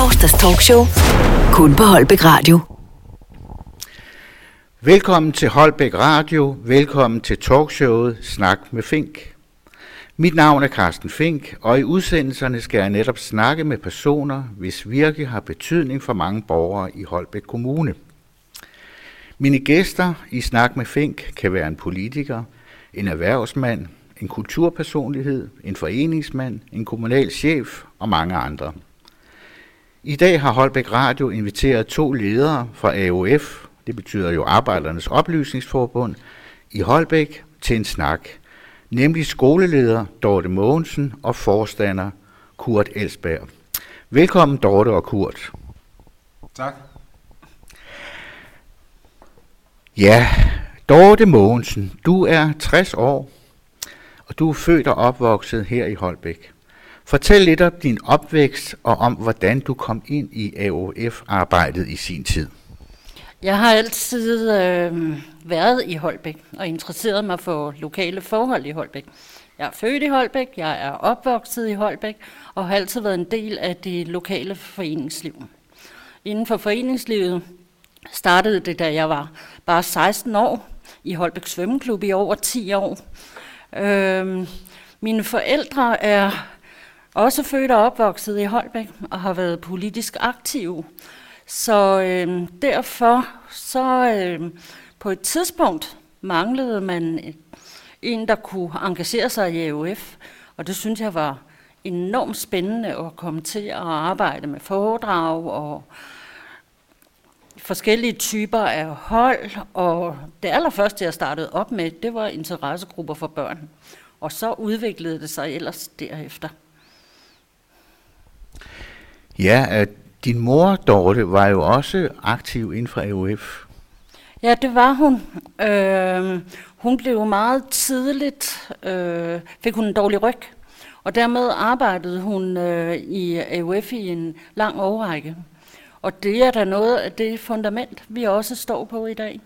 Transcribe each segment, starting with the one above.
Torsdags talkshow. Kun på Holbæk Radio. Velkommen til Holbæk Radio. Velkommen til talkshowet Snak med Fink. Mit navn er Carsten Fink, og i udsendelserne skal jeg netop snakke med personer, hvis virke har betydning for mange borgere i Holbæk Kommune. Mine gæster i Snak med Fink kan være en politiker, en erhvervsmand, en kulturpersonlighed, en foreningsmand, en kommunal chef og mange andre. I dag har Holbæk Radio inviteret 2 ledere fra AOF, det betyder jo Arbejdernes Oplysningsforbund, i Holbæk til en snak, nemlig skoleleder Dorte Mogensen og forstander Kurt Elsberg. Velkommen Dorte og Kurt. Tak. Ja, Dorte Mogensen, du er 60 år, og du er født og opvokset her i Holbæk. Fortæl lidt om din opvækst og om, hvordan du kom ind i AOF-arbejdet i sin tid. Jeg har altid været i Holbæk og interesseret mig for lokale forhold i Holbæk. Jeg er født i Holbæk, jeg er opvokset i Holbæk og har altid været en del af det lokale foreningsliv. Inden for foreningslivet startede det, da jeg var bare 16 år i Holbæk Svømmeklub i over 10 år. Mine forældre er også født og opvokset i Holbæk og har været politisk aktive. Så derfor på et tidspunkt manglede man en, der kunne engagere sig i AOF. Og det synes jeg var enormt spændende at komme til at arbejde med foredrag og forskellige typer af hold. Og det allerførste, jeg startede op med, det var interessegrupper for børn. Og så udviklede det sig ellers derefter. Ja, din mor, Dorte, var jo også aktiv inden for AOF. Ja, det var hun. Hun blev meget tidligt, fik hun en dårlig ryg, og dermed arbejdede hun i AOF i en lang årrække. Og det er da noget af det fundament, vi også står på i dag.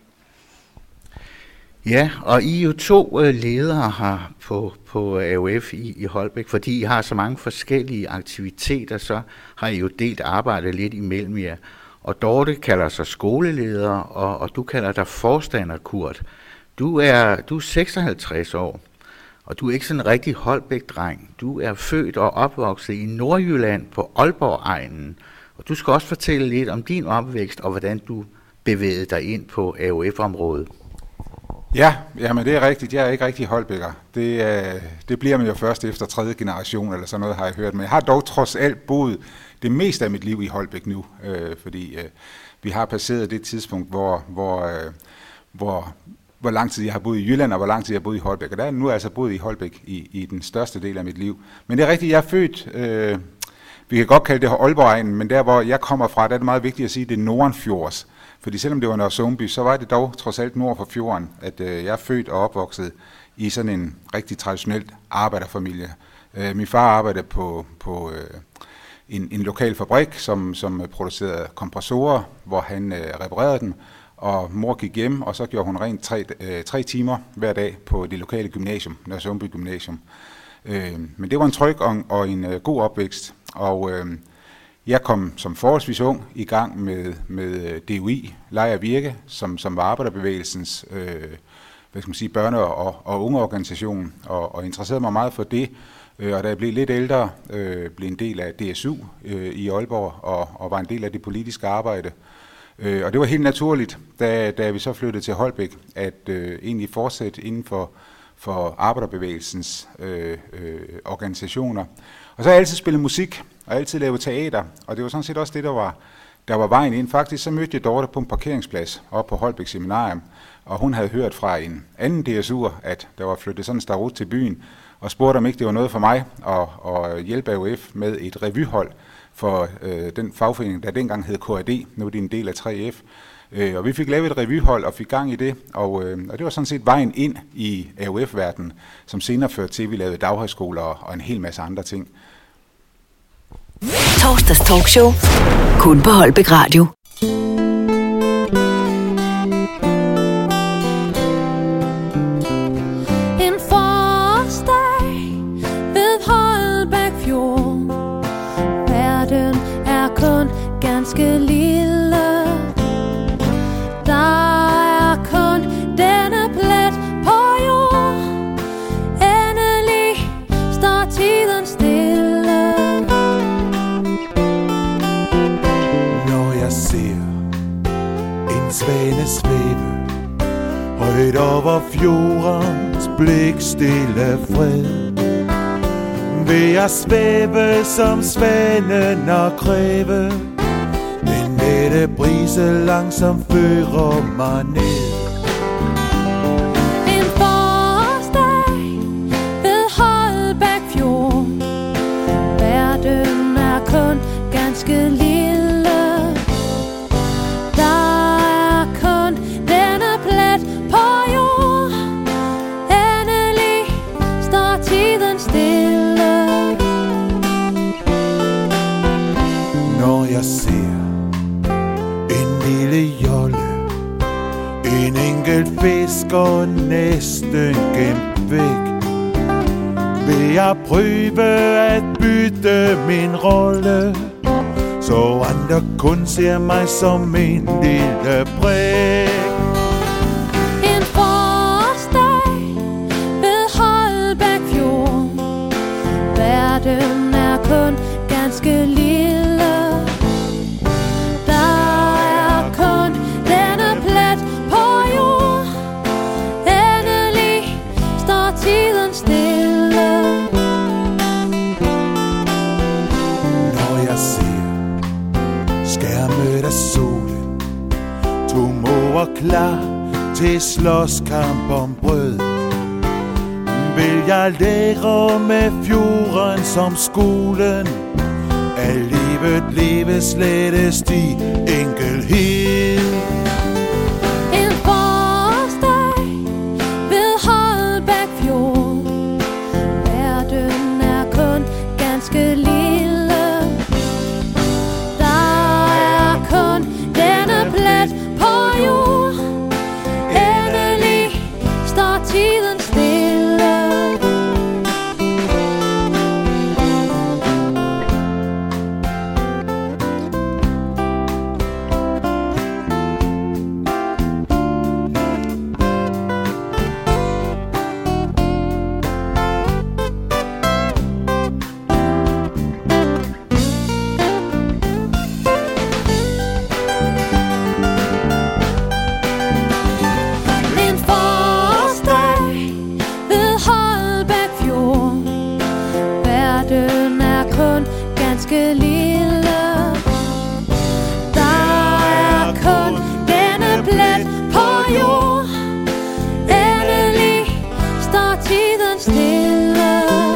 Ja, og I er jo 2 ledere her på AOF i Holbæk, fordi I har så mange forskellige aktiviteter, så har I jo delt arbejdet lidt imellem jer. Og Dorte kalder sig skoleleder, og du kalder dig forstander, Kurt. Du er 56 år, og du er ikke sådan en rigtig Holbæk-dreng. Du er født og opvokset i Nordjylland på Aalborg-egnen. Og du skal også fortælle lidt om din opvækst, og hvordan du bevægede dig ind på AOF-området. Ja, men det er rigtigt. Jeg er ikke rigtig holbækker. Det bliver man jo først efter 3. generation, eller sådan noget har jeg hørt. Men jeg har dog trods alt boet det meste af mit liv i Holbæk nu, fordi vi har passeret det tidspunkt, hvor lang tid jeg har boet i Jylland, og hvor lang tid jeg har boet i Holbæk. Og der er nu altså boet i Holbæk i den største del af mit liv. Men det er rigtigt, jeg er født, vi kan godt kalde det Aalborg-egnen, men der hvor jeg kommer fra, der er det meget vigtigt at sige, at det er Nordenfjords. Fordi selvom det var Nørresundby, så var det dog trods alt nord for fjorden, at jeg er født og opvokset i sådan en rigtig traditionel arbejderfamilie. Min far arbejdede på en lokal fabrik, som producerede kompressorer, hvor han reparerede dem, og mor gik hjem, og så gjorde hun rent 3 timer hver dag på det lokale gymnasium, Nørresundby Gymnasium. Men det var en tryg og en god opvækst, og jeg kom som forholdsvis ung i gang med DUI, Leg og Virke, som var arbejderbevægelsens børne- og ungeorganisation, og interesserede mig meget for det. Og da jeg blev lidt ældre, blev en del af DSU i Aalborg, og var en del af det politiske arbejde. Og det var helt naturligt, da vi så flyttede til Holbæk, at egentlig fortsætte inden for arbejderbevægelsens organisationer. Og så har jeg altid spillet musik, og altid lavet teater, og det var sådan set også det, der var vejen ind. Faktisk så mødte jeg Dorte på en parkeringsplads oppe på Holbæk Seminarium, og hun havde hørt fra en anden DSU'er, at der var flyttet sådan en starut til byen, og spurgte om ikke det var noget for mig at hjælpe AOF med et revyhold for den fagforening, der dengang hed KAD, nu er det en del af 3F. Og vi fik lavet et revyhold og fik gang i det, og det var sådan set vejen ind i AOF-verdenen, som senere førte til, at vi lavede daghøjskoler og en hel masse andre ting. Torsdags talkshow. Kun på Holbæk Radio. En forårsdag ved Holbæk Fjord. Verden er er kun ganske lille. Der er kun denne plet på jord. Endelig står tiden stille. Når jeg ser en svane svæve højt over fjordens blikstille fred, vil jeg svæve som svanen og kræve den lette brise langsomt fører mig ned. En forårsdag ved Holbæk Fjord. Verden er kun ganske lille. Der er kun denne plet på jord. Endelig står tiden stille. Når jeg ser en lille jolle, en enkelt fisk og næsten gemt væk, vil jeg prøve at bytte min rolle, så andre kun ser mig som en lille brik. En forårsdag ved Holbæk Fjord. Verden er kun ganske lille. Der er kun denne plet på jord. Endelig står tiden stille. Når jeg ser skærmet af solen, to måger klar til slåskamp om brød, vil jeg lære med fjorden som skolen, at livet leves lettest i enkelhed. En forårsdag ved Holbæk Fjord. Verden er kun ganske lille. Der er kun denne plet på jord. Endelig står tiden stille. En forårsdag ved Holbæk Fjord. Verden er kun ganske lille. Der er kun denne plet på jord. Endelig står tiden stille.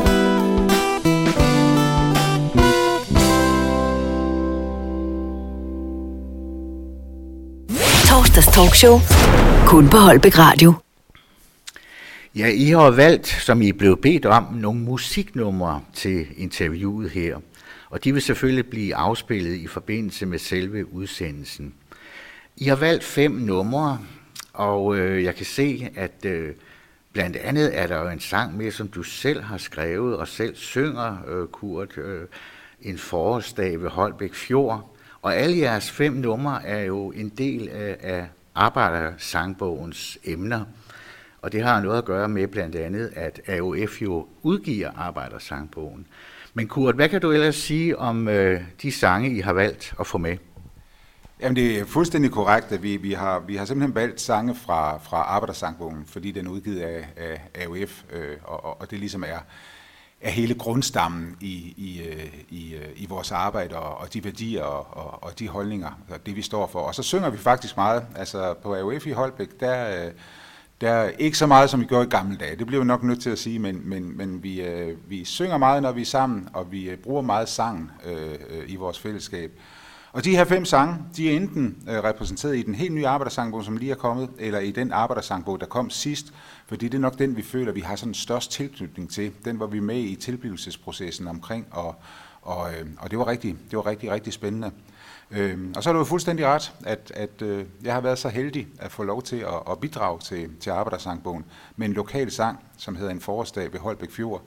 Torsdags talkshow. Kun på Holbæk Radio. Ja, I har valgt, som I blev bedt om, nogle musiknumre til interviewet her. Og de vil selvfølgelig blive afspillet i forbindelse med selve udsendelsen. I har valgt 5 numre, og jeg kan se, at blandt andet er der jo en sang med, som du selv har skrevet og selv synger, Kurt, en forårsdag ved Holbæk Fjord. Og alle jeres 5 numre er jo en del af Arbejdersangbogens emner. Og det har noget at gøre med blandt andet, at AOF jo udgiver Arbejdersangbogen. Men Kurt, hvad kan du ellers sige om de sange, I har valgt at få med? Jamen det er fuldstændig korrekt, at vi har simpelthen valgt sange fra Arbejdersangbogen, fordi den er udgivet af AOF, og det ligesom er hele grundstammen i vores arbejde og de værdier og de holdninger, og det vi står for. Og så synger vi faktisk meget. Altså på AOF i Holbæk, der er ikke så meget, som vi gjorde i gamle dage. Det bliver vi nok nødt til at sige, men vi synger meget, når vi er sammen, og vi bruger meget sang i vores fællesskab. Og de her 5 sange, de er enten repræsenteret i den helt nye Arbejdersangbog, som lige er kommet, eller i den Arbejdersangbog, der kom sidst, fordi det er nok den, vi føler, vi har sådan størst tilknytning til. Den var vi med i tilblivelsesprocessen omkring, og det var rigtig spændende. Og så er det jo fuldstændig ret, at jeg har været så heldig at få lov til at bidrage til Arbejdersangbogen med en lokal sang, som hedder En forårsdag ved Holbæk Fjord,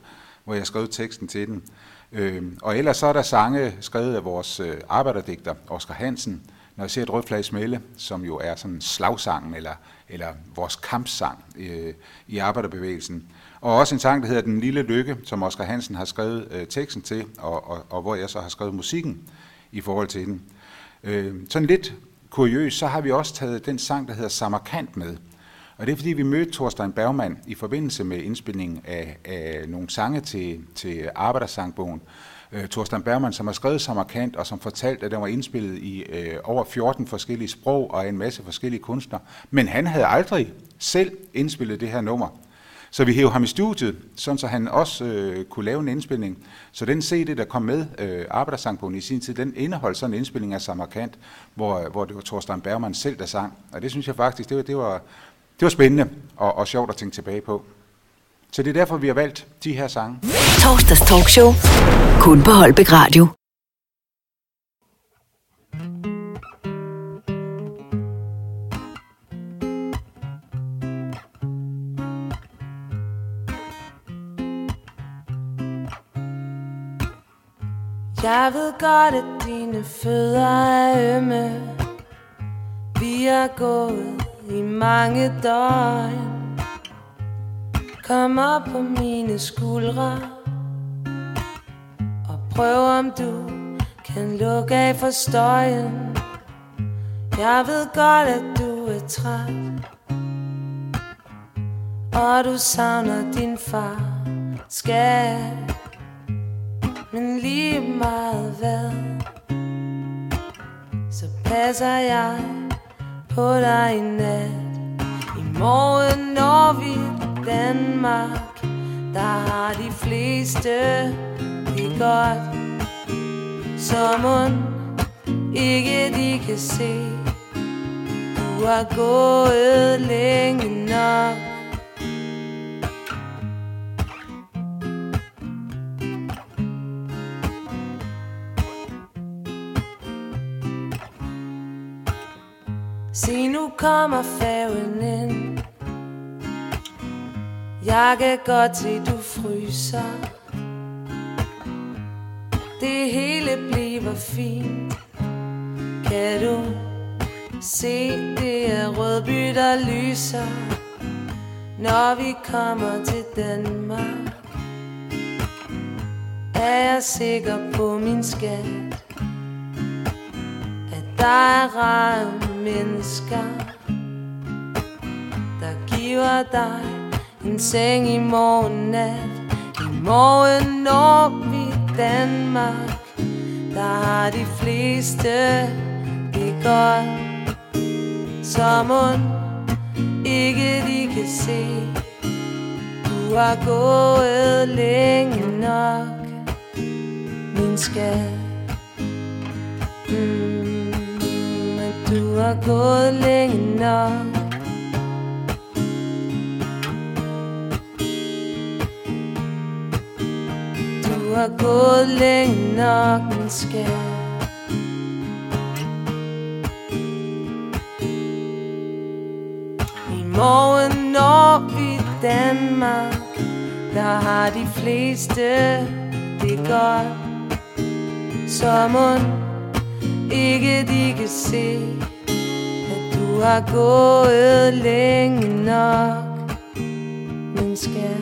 hvor jeg skrev teksten til den. Og ellers så er der sange skrevet af vores arbejderdigter, Oscar Hansen, Når jeg ser et rødt flag smælde, som jo er sådan slagsangen eller vores kampsang i arbejderbevægelsen. Og også en sang, der hedder Den Lille Lykke, som Oscar Hansen har skrevet teksten til, og hvor jeg så har skrevet musikken i forhold til den. Sådan lidt kuriøst, så har vi også taget den sang, der hedder Samarkand med. Og det er fordi, vi mødte Thorstein Bergmann i forbindelse med indspilningen af nogle sange til Arbejdersangbogen. Thorstein Bergmann, som har skrevet Samarkand, og som fortalte, at den var indspillet i over 14 forskellige sprog og en masse forskellige kunstnere. Men han havde aldrig selv indspillet det her nummer. Så vi hævde ham i studiet, sådan så han også kunne lave en indspilning. Så den CD, der kom med Arbejdersangbogen i sin tid, den indeholdt sådan en indspilning af Samarkand, hvor det var Thorstein Bergmann selv, der sang. Og det synes jeg faktisk, det var spændende og sjovt at tænke tilbage på. Så det er derfor, vi har valgt de her sange. Torsdags talkshow. Kun på Holbæk Radio. Jeg ved godt, at dine fødder er ømme. Vi har gået i mange døgn. Kom op på mine skuldre og prøv om du kan lukke af for støjen. Jeg ved godt, at du er træt, og du savner din far, skat. Men lige meget hvad, så passer jeg på dig i nat. I morgen når vi Danmark, der har de fleste det godt. Så mon ikke de kan se, du har gået længe nok. Se, nu kommer færgen ind. Jeg kan godt se, du fryser. Det hele bliver fint. Kan du se, det er Rødby, der lyser, når vi kommer til Danmark? Er jeg sikker på, min skat, at der er rare mennesker, der giver dig en seng i morgen nat. I morgen når vi Danmark, der har de fleste det godt. Så mon ikke de kan se, du har gået længe nok, min skat. Du har gået længe nok. Du har gået længe nok, min skat. I morgen når vi Danmark, der har de fleste det godt. Så mon ikke de kan se, at du har gået længe nok, min skat.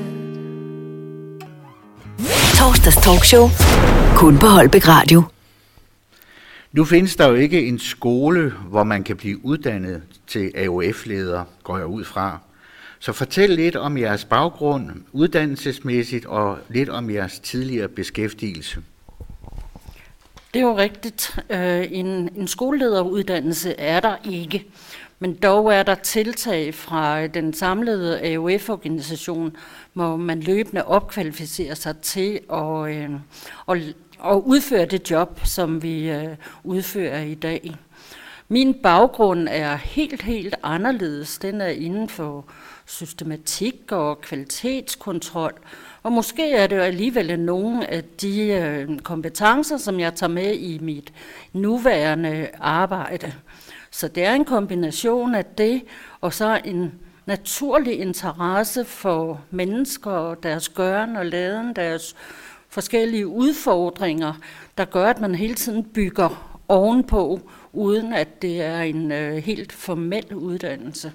Torsdags talkshow. Kun på Holbæk Radio. Nu findes der jo ikke en skole, hvor man kan blive uddannet til AOF-leder, går jeg ud fra. Så fortæl lidt om jeres baggrund, uddannelsesmæssigt, og lidt om jeres tidligere beskæftigelse. Det er jo rigtigt. En skolelederuddannelse er der ikke, men dog er der tiltag fra den samlede AOF-organisation, hvor man løbende opkvalificerer sig til at udføre det job, som vi udfører i dag. Min baggrund er helt anderledes. Den er inden for systematik og kvalitetskontrol, og måske er det jo alligevel nogle af de kompetencer, som jeg tager med i mit nuværende arbejde. Så det er en kombination af det, og så en naturlig interesse for mennesker og deres gøren og laden, deres forskellige udfordringer, der gør, at man hele tiden bygger ovenpå, uden at det er en helt formel uddannelse.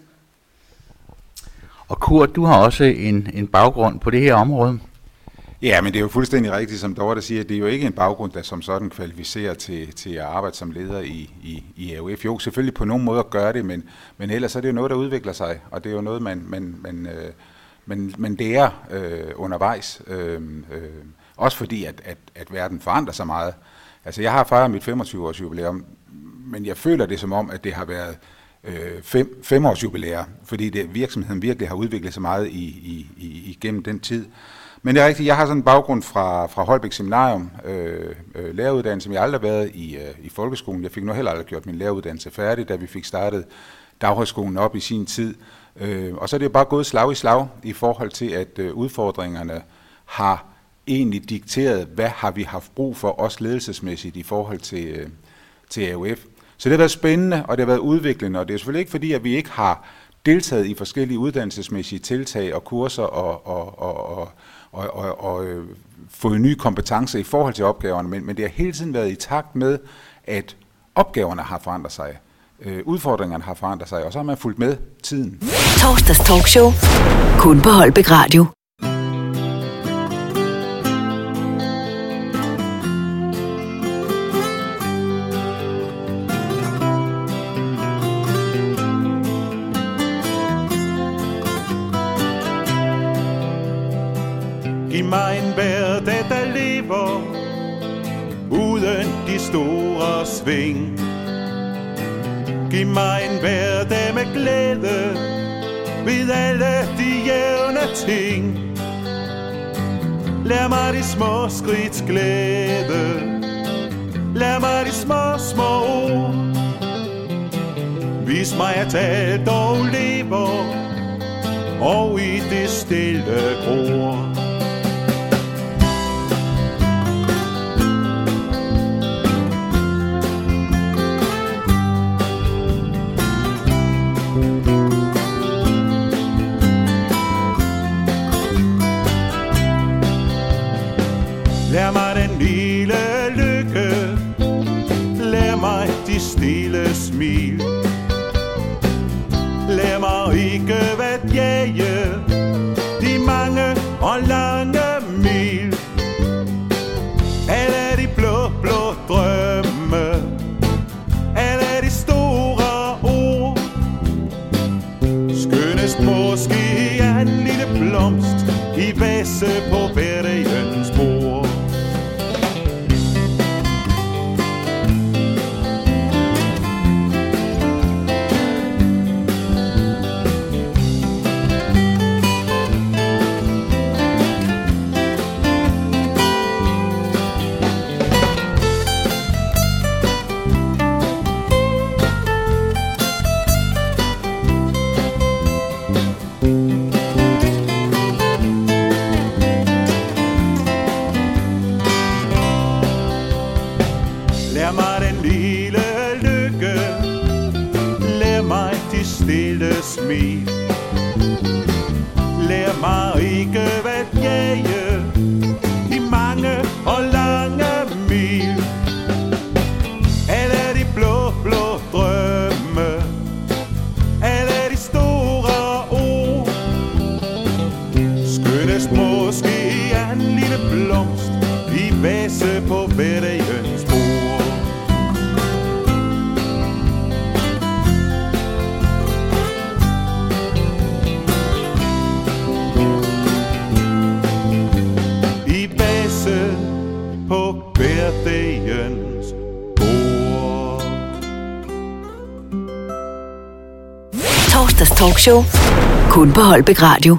Og Kurt, du har også en baggrund på det her område. Ja, men det er jo fuldstændig rigtigt, som Dorte siger, det er jo ikke en baggrund, der som sådan kvalificerer til at arbejde som leder i AOF. Jo, selvfølgelig på nogen måde at gøre det, men ellers er det jo noget, der udvikler sig, og det er jo noget, man lærer undervejs. Også fordi, at verden forandrer sig meget. Altså, jeg har fejret mit 25-års jubilæum, men jeg føler det som om, at det har været 5 års jubilæer, fordi virksomheden virkelig har udviklet sig meget igennem den tid. Men det er rigtigt, jeg har sådan en baggrund fra Holbæk Seminarium, læreruddannelse, som jeg aldrig har været i folkeskolen. Jeg fik nu heller aldrig gjort min læreruddannelse færdig, da vi fik startet daghøjskolen op i sin tid. Og så er det jo bare gået slag i slag i forhold til, at udfordringerne har egentlig dikteret, hvad har vi haft brug for, også ledelsesmæssigt i forhold til AOF. Så det har været spændende, og det har været udviklende, og det er selvfølgelig ikke fordi, at vi ikke har deltaget i forskellige uddannelsesmæssige tiltag og kurser og fået nye kompetencer i forhold til opgaverne, men det har hele tiden været i takt med, at opgaverne har forandret sig, udfordringerne har forandret sig, og så har man fulgt med tiden. Torsdags talkshow, kun på Holbæk Radio. Giv mig en hverdag, der lever uden de store sving. Giv mig en hverdag med glæde ved alle de jævne ting. Lær mig de små skridts glæde, lær mig de små ord. Vis mig, at alt dog lever, og i det stille gror. Lær mig den lille lykke, lær mig de stille smil. Lær mig ikke at jage de mange og lange mil. Alle de blå, blå drømme, alle de store ord. Skønnest måske er en lille blomst i vase på hverdagens bord. Lær mig den lille lykke, lær mig de stille smil. Lær mig ikke at jage de mange og lange mil. Alle de blå, blå drømme, alle de store ord. Skønnest måske er en lille blomst i vase på hverdagens bord. På hverdagens bord. Torsdags talkshow, kun på Holbæk Radio.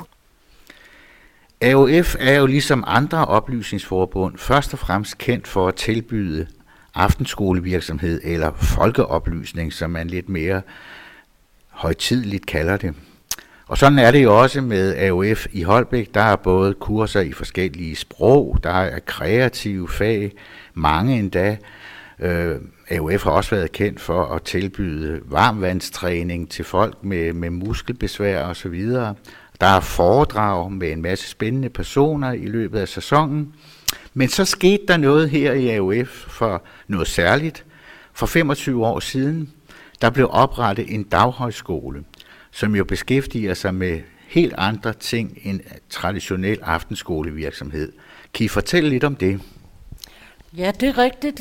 AOF er jo ligesom andre oplysningsforbund først og fremmest kendt for at tilbyde aftenskolevirksomhed eller folkeoplysning, som man lidt mere højtideligt kalder det. Og sådan er det jo også med AOF i Holbæk. Der er både kurser i forskellige sprog, der er kreative fag, mange endda. AOF har også været kendt for at tilbyde varmvandstræning til folk med muskelbesvær osv. Der er foredrag med en masse spændende personer i løbet af sæsonen. Men så skete der noget her i AOF for noget særligt. For 25 år siden, der blev oprettet en daghøjskole, som jo beskæftiger sig med helt andre ting end traditionel aftenskolevirksomhed. Kan I fortælle lidt om det? Ja, det er rigtigt. I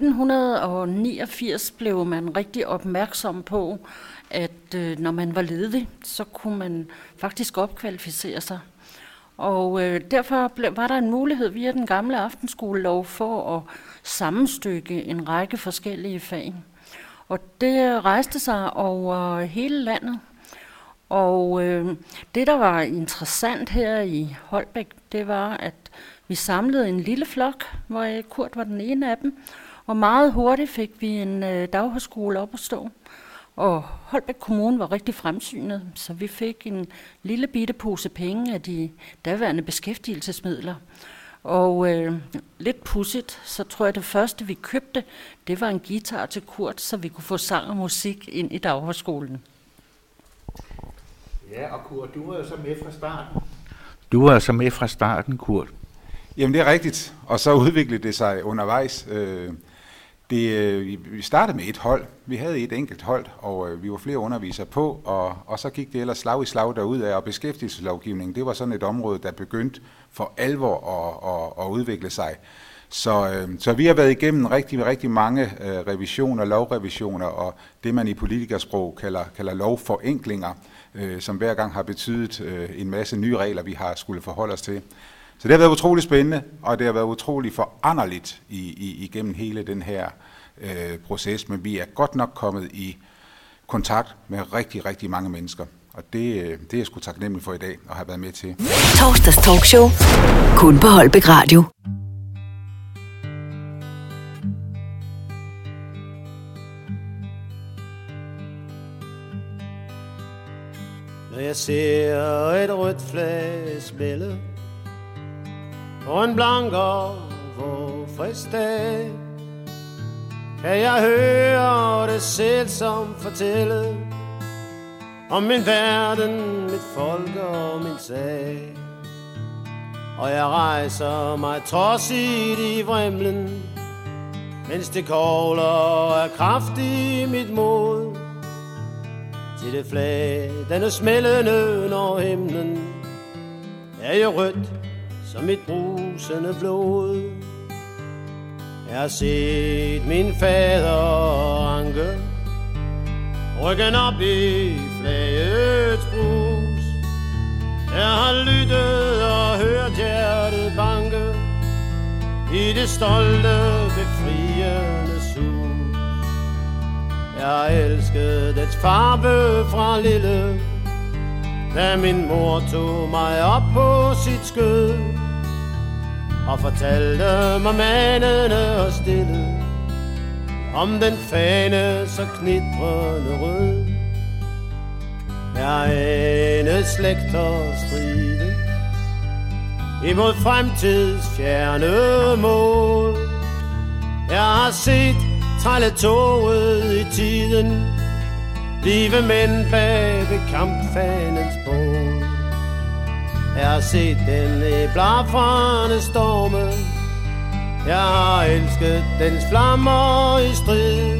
1989 blev man rigtig opmærksom på, at når man var ledig, så kunne man faktisk opkvalificere sig. Og derfor var der en mulighed via den gamle aftenskolelov for at sammenstykke en række forskellige fag. Og det rejste sig over hele landet. Og det, der var interessant her i Holbæk, det var, at vi samlede en lille flok, hvor Kurt var den ene af dem. Og meget hurtigt fik vi en daghøjskole op at stå. Og Holbæk Kommune var rigtig fremsynet, så vi fik en lille bitte pose penge af de daværende beskæftigelsesmidler. Og lidt pudsigt, så tror jeg, det første vi købte, det var en guitar til Kurt, så vi kunne få sang og musik ind i daghøjskolen. Ja, og Kurt, du var jo så med fra starten. Du var så med fra starten, Kurt. Jamen det er rigtigt, og så udviklede det sig undervejs. Vi startede med et hold. Vi havde et enkelt hold, og vi var flere undervisere på, og så gik det ellers slag i slag derudad, og beskæftigelseslovgivningen, det var sådan et område, der begyndte for alvor at udvikle sig. Så vi har været igennem rigtig, rigtig mange revisioner, lovrevisioner, og det man i politikersprog kalder lovforenklinger, som hver gang har betydet en masse nye regler, vi har skulle forholde os til. Så det har været utrolig spændende, og det har været utrolig foranderligt igennem hele den her proces, men vi er godt nok kommet i kontakt med rigtig, rigtig mange mennesker, og det er jeg sgu taknemmelig for i dag at have været med til. Torsdags talkshow, kun på Holbæk Radio. Når jeg ser et rødt flag smælde på en blank og frisk dag, kan jeg høre det selv som fortælle om min verden, mit folk og min sag. Og jeg rejser mig trodsigt i vrimlen, mens det kogler af kraft i mit mod, til det flag, den er smældende når himlen er jo rødt som mit brusende blod. Jeg har set min fader anke ryggen op i flagets brus. Jeg har lyttet og hørt hjertet banke i det stolte befriende sus. Jeg har elsket dets farve fra lille, da min mor tog mig op på sit skød og fortalte mig manende og stille om den fane så knitrende rød. Jeg anede slægter stride imod fremtids fjerne mål. Jeg har set træletoget i tiden blive mænd bag ved kampfanens bål. Jeg har set den i blafrende storme. Jeg har elsket dens flammer i strid,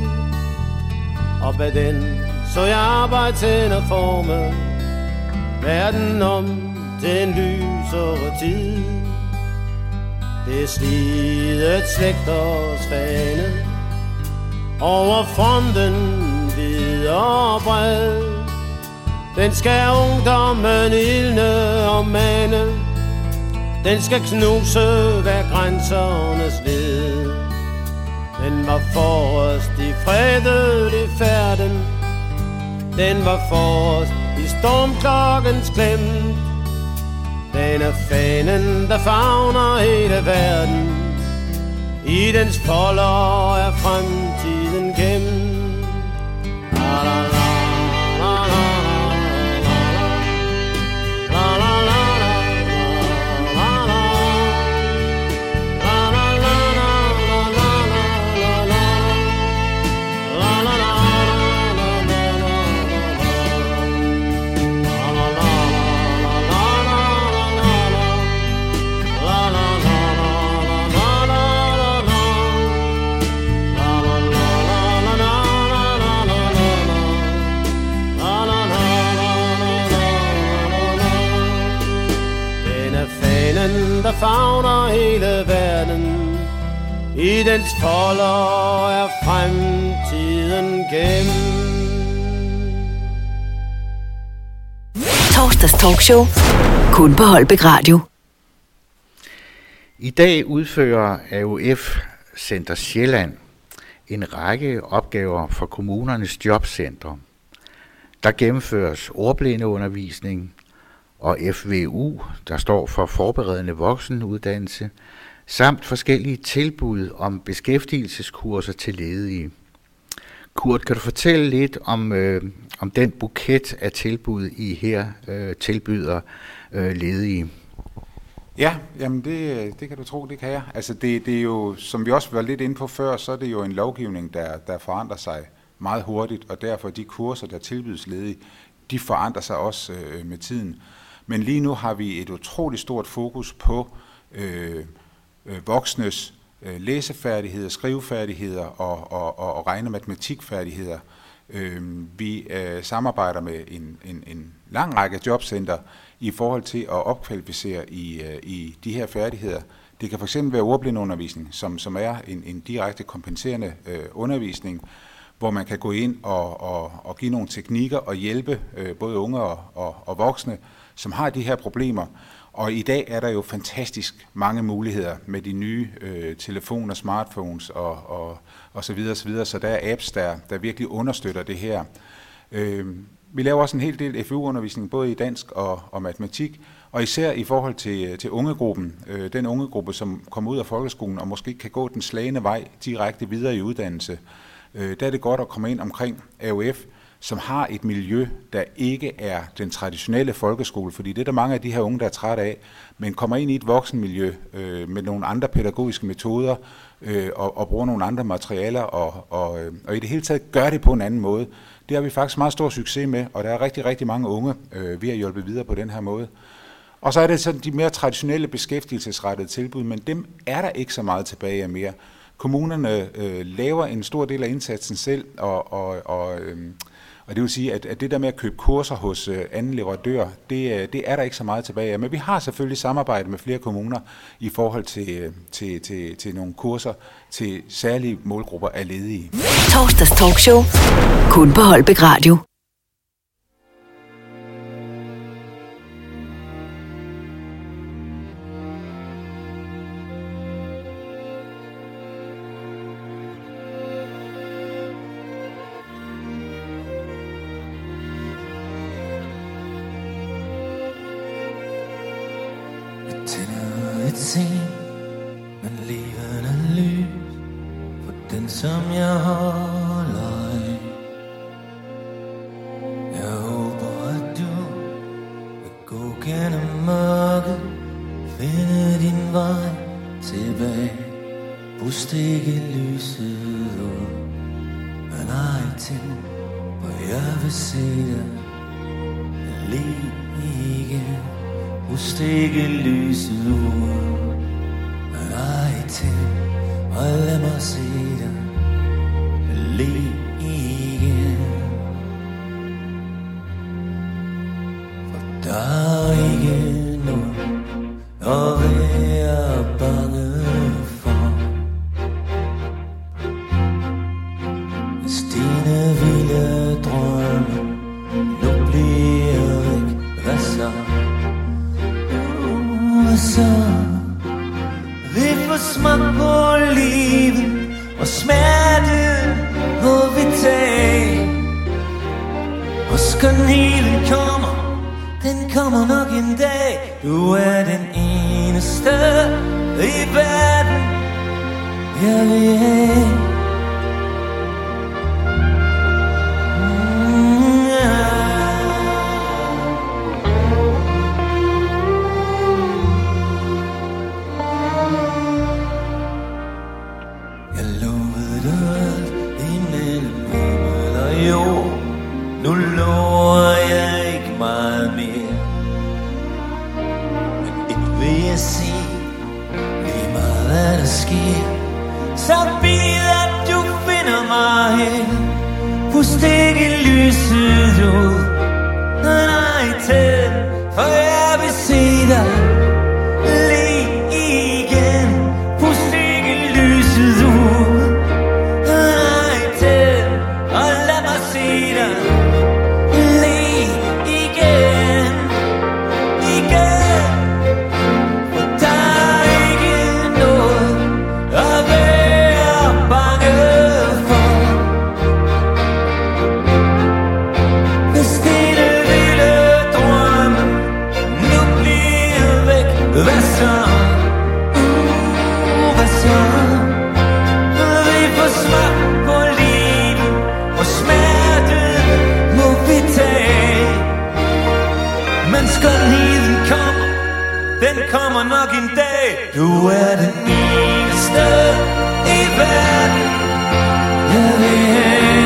og bag den så jeg arbejdshænder forme verden om til en lysere tid. Det er slidet slægters fane over fronten vid og bred. Den skal ungdommen ildne og mane, den skal knuse hver grænsernes led. Den var forrest i fredet i færden, den var forrest i stormklokkens klemt. Den er fanen, der favner hele verden, i dens folder er fremtiden gemt. La la la la la la la la la la. La la la la la la la la. der favner hele verden. I dens folder er fremtiden gemt. Torsdags talkshow. Kun på Holbæk Radio. I dag udfører AOF Center Sjælland en række opgaver for kommunernes jobcentre. Der gennemføres ordblindeundervisning og FVU, der står for forberedende voksenuddannelse, samt forskellige tilbud om beskæftigelseskurser til ledige. Kurt, kan du fortælle lidt om den buket af tilbud, I her tilbyder ledige? Ja, jamen det kan du tro, det kan jeg. Altså det er jo, som vi også var lidt inde på før, så er det jo en lovgivning, der forandrer sig meget hurtigt, og derfor de kurser, der tilbydes ledige, de forandrer sig også med tiden. Men lige nu har vi et utroligt stort fokus på voksnes læsefærdigheder, skrivefærdigheder og regne- og matematikfærdigheder. Vi samarbejder med en lang række jobcenter i forhold til at opkvalificere i de her færdigheder. Det kan fx være ordblindeundervisning, som er en direkte kompenserende undervisning, hvor man kan gå ind og give nogle teknikker og hjælpe både unge og voksne, som har de her problemer. Og i dag er der jo fantastisk mange muligheder med de nye telefoner, smartphones og så videre, så videre. Så der er apps, der virkelig understøtter det her. Vi laver også en hel del FU-undervisning, både i dansk og matematik, og især i forhold til ungegruppen, den ungegruppe, som kommer ud af folkeskolen og måske kan gå den slagende vej direkte videre i uddannelse. Der er det godt at komme ind omkring AOF, som har et miljø, der ikke er den traditionelle folkeskole, fordi det er der mange af de her unge, der er trætte af, men kommer ind i et voksenmiljø med nogle andre pædagogiske metoder og bruger nogle andre materialer og i det hele taget gør det på en anden måde. Det har vi faktisk meget stor succes med, og der er rigtig, rigtig mange unge, vi har hjulpet videre på den her måde. Og så er det sådan de mere traditionelle beskæftigelsesrettede tilbud, men dem er der ikke så meget tilbage af mere. Kommunerne laver en stor del af indsatsen selv, og det vil sige, at det der med at købe kurser hos anden leverandør, det er der ikke så meget tilbage af. Men vi har selvfølgelig samarbejde med flere kommuner i forhold til nogle kurser til særlige målgrupper af ledige. Torsdags talkshow. Kun på Holbæk Radio. Tænder et sen, men levende lys for den, som jeg holder af. Jeg håber, at du vil gå gennem mørket, finde din vej tilbage. Pust ikke lyset ud, men ej til, for jeg vil se dig lige igen. Pust ikke lyset ud, men ej til, og lad mig se dig lige igen. For der er ikke noget at være bange for. Hvis dine vilde drømme nu bliver væk, hvad så? Så vi får smag på livet, og smerte må vi tage. Og skønheden kommer nok en dag. Du er den eneste i verden, jeg vil have. Nu lover jeg ikke meget mere, men et vil jeg sige, lige meget hvad der sker. Så bid at du finder mig her. Pust ikke lyset ud, nej til, for jeg vil se dig lige kommer nok en dag. Du er den eneste i verden, jeg vil have.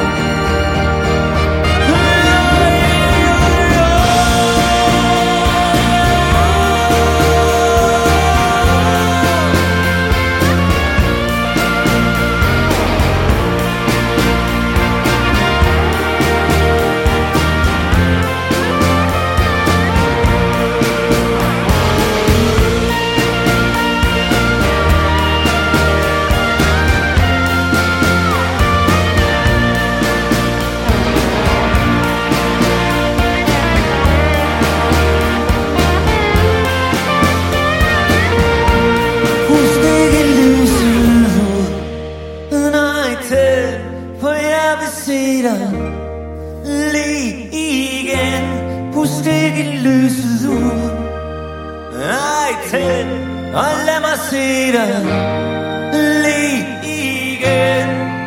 Og lad mig se dig lige igen.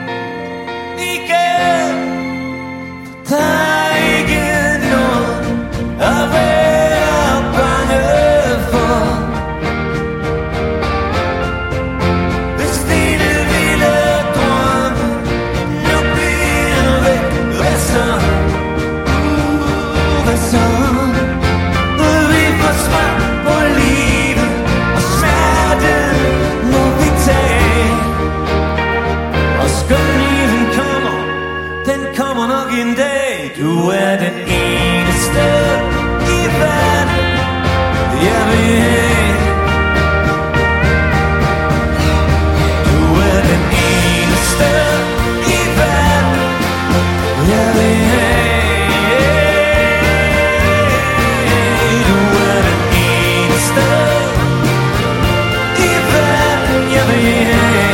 Der er ikke noget at være bange for. Hvis dine vilde drømme nu bliver væk, hvad så? Hvad så? Vi får svar på livet og smerte må vi tage. Og skønheden kommer, den kommer nok en dag. Du er den eneste i verden, jeg vil have. Du er den eneste i verden, jeg vil have. Du er den eneste i verden, jeg vil have.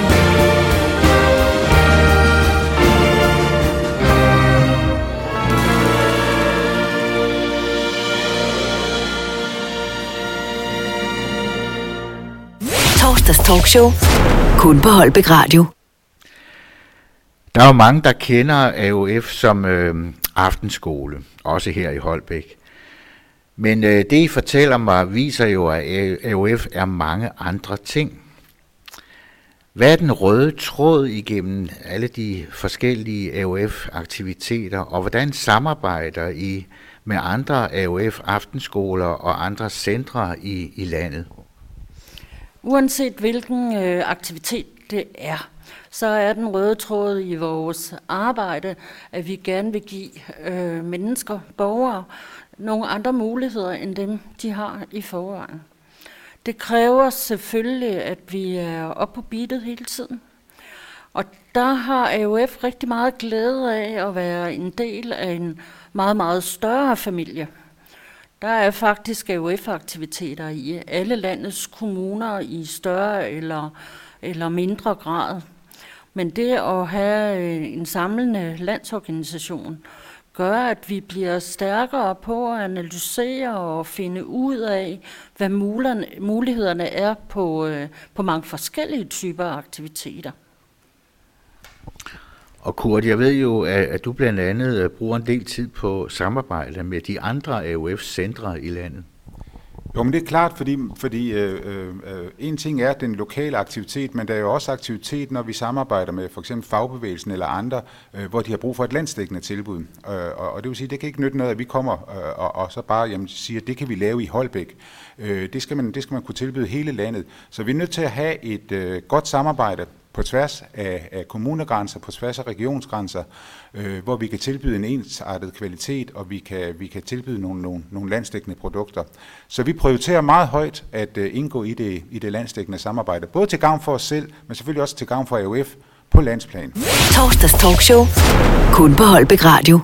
Torsdags talkshow. Kun på Holbæk Radio. Der er jo mange, der kender AOF som aftenskole, også her i Holbæk. Men det, I fortæller mig, viser jo, at AOF er mange andre ting. Hvad er den røde tråd igennem alle de forskellige AOF-aktiviteter, og hvordan samarbejder I med andre AOF-aftenskoler og andre centre i landet? Uanset hvilken aktivitet det er, så er den røde tråd i vores arbejde, at vi gerne vil give mennesker, borgere, nogle andre muligheder end dem, de har i forvejen. Det kræver selvfølgelig, at vi er oppe på beatet hele tiden. Og der har AOF rigtig meget glæde af at være en del af en meget, meget større familie. Der er faktisk AOF-aktiviteter i alle landets kommuner i større eller mindre grad. Men det at have en samlende landsorganisation gør, at vi bliver stærkere på at analysere og finde ud af, hvad mulighederne er på mange forskellige typer af aktiviteter. Og Kurt, jeg ved jo, at du blandt andet bruger en del tid på samarbejde med de andre AOF-centre i landet. Jo, men det er klart, fordi en ting er den lokale aktivitet, men der er jo også aktivitet, når vi samarbejder med for eksempel fagbevægelsen eller andre, hvor de har brug for et landsdækkende tilbud. Og det vil sige, det kan ikke nytte noget, at vi kommer og så bare siger, at det kan vi lave i Holbæk. Det skal man kunne tilbyde hele landet. Så vi er nødt til at have et godt samarbejde på tværs af kommunegrænser, på tværs af regionsgrænser, hvor vi kan tilbyde en ensartet kvalitet, og vi kan tilbyde nogle landsdækkende produkter. Så vi prioriterer meget højt at indgå i det landsdækkende samarbejde, både til gavn for os selv, men selvfølgelig også til gavn for AOF på landsplan. Torsdags talkshow. Kun på Holbæk Radio.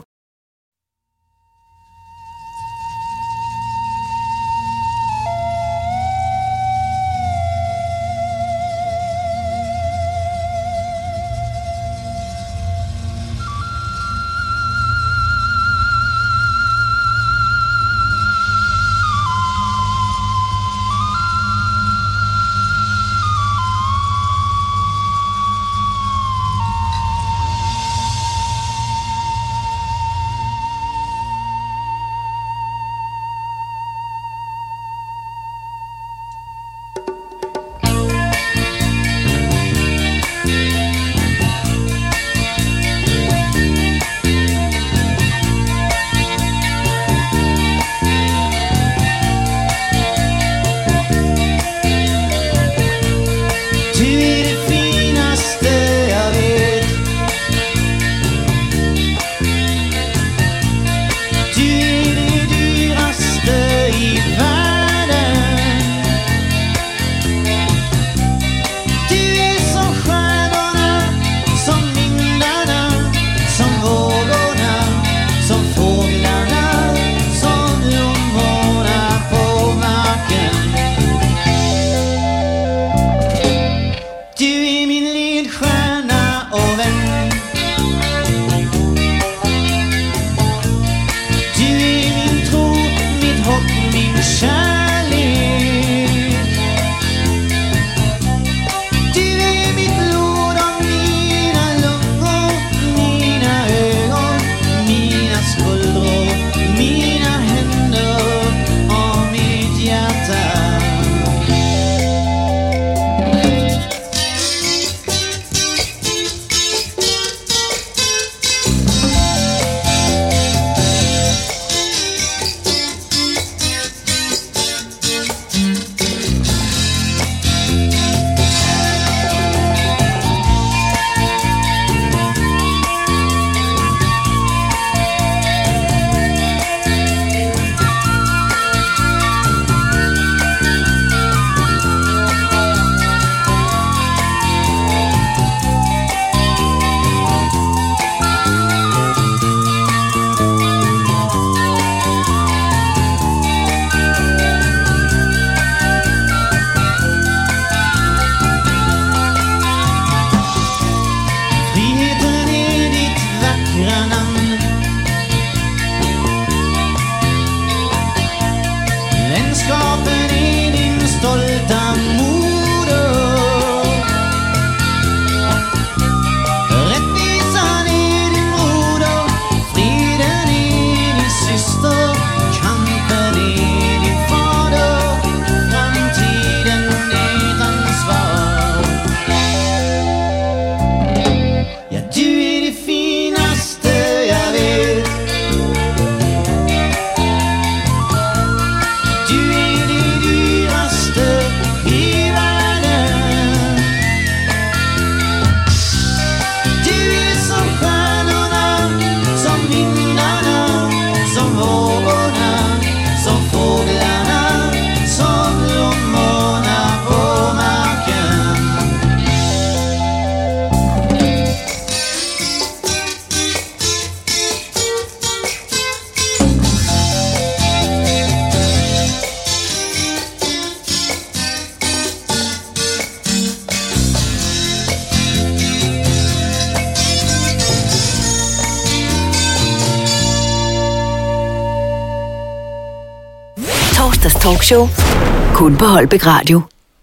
Torsdags talkshow. Kun på Holbæk Radio.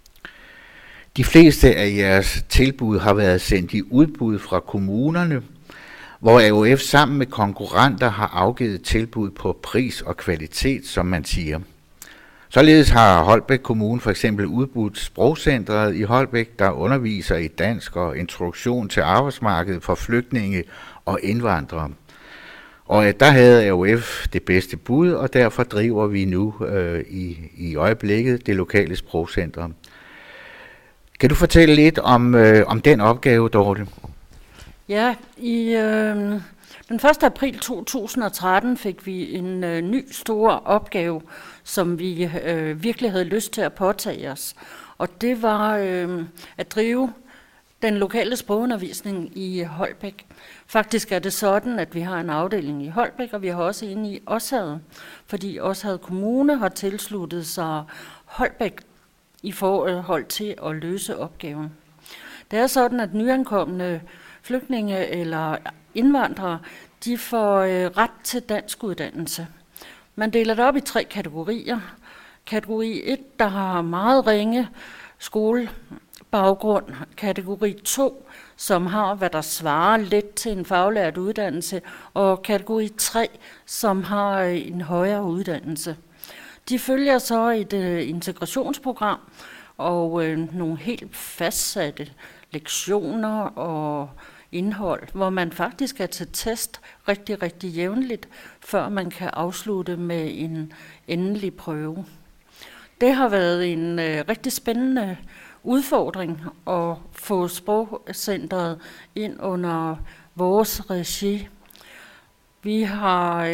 De fleste af jeres tilbud har været sendt i udbud fra kommunerne, hvor AOF sammen med konkurrenter har afgivet tilbud på pris og kvalitet, som man siger. Således har Holbæk Kommune for eksempel udbudt Sprogcentret i Holbæk, der underviser i dansk og introduktion til arbejdsmarkedet for flygtninge og indvandrere. Og der havde AOF det bedste bud, og derfor driver vi nu i øjeblikket det lokale sprogcenter. Kan du fortælle lidt om den opgave, Dorte? Ja, i den 1. april 2013 fik vi en ny stor opgave, som vi virkelig havde lyst til at påtage os. Og det var at drive den lokale sprogundervisning i Holbæk. Faktisk er det sådan, at vi har en afdeling i Holbæk, og vi har også en i Odsherred, fordi Odsherred Kommune har tilsluttet sig Holbæk i forhold til at løse opgaven. Det er sådan, at nyankomne flygtninge eller indvandrere, de får ret til danskuddannelse. Man deler det op i 3 kategorier. Kategori 1, der har meget ringe skolebaggrund. Kategori 2, som har, hvad der svarer lidt til en faglært uddannelse. Og kategori 3, som har en højere uddannelse. De følger så et integrationsprogram og nogle helt fastsatte lektioner og indhold, hvor man faktisk er til test rigtig, rigtig jævnligt, før man kan afslutte med en endelig prøve. Det har været en rigtig spændende udfordring at få Sprogcentret ind under vores regi. Vi har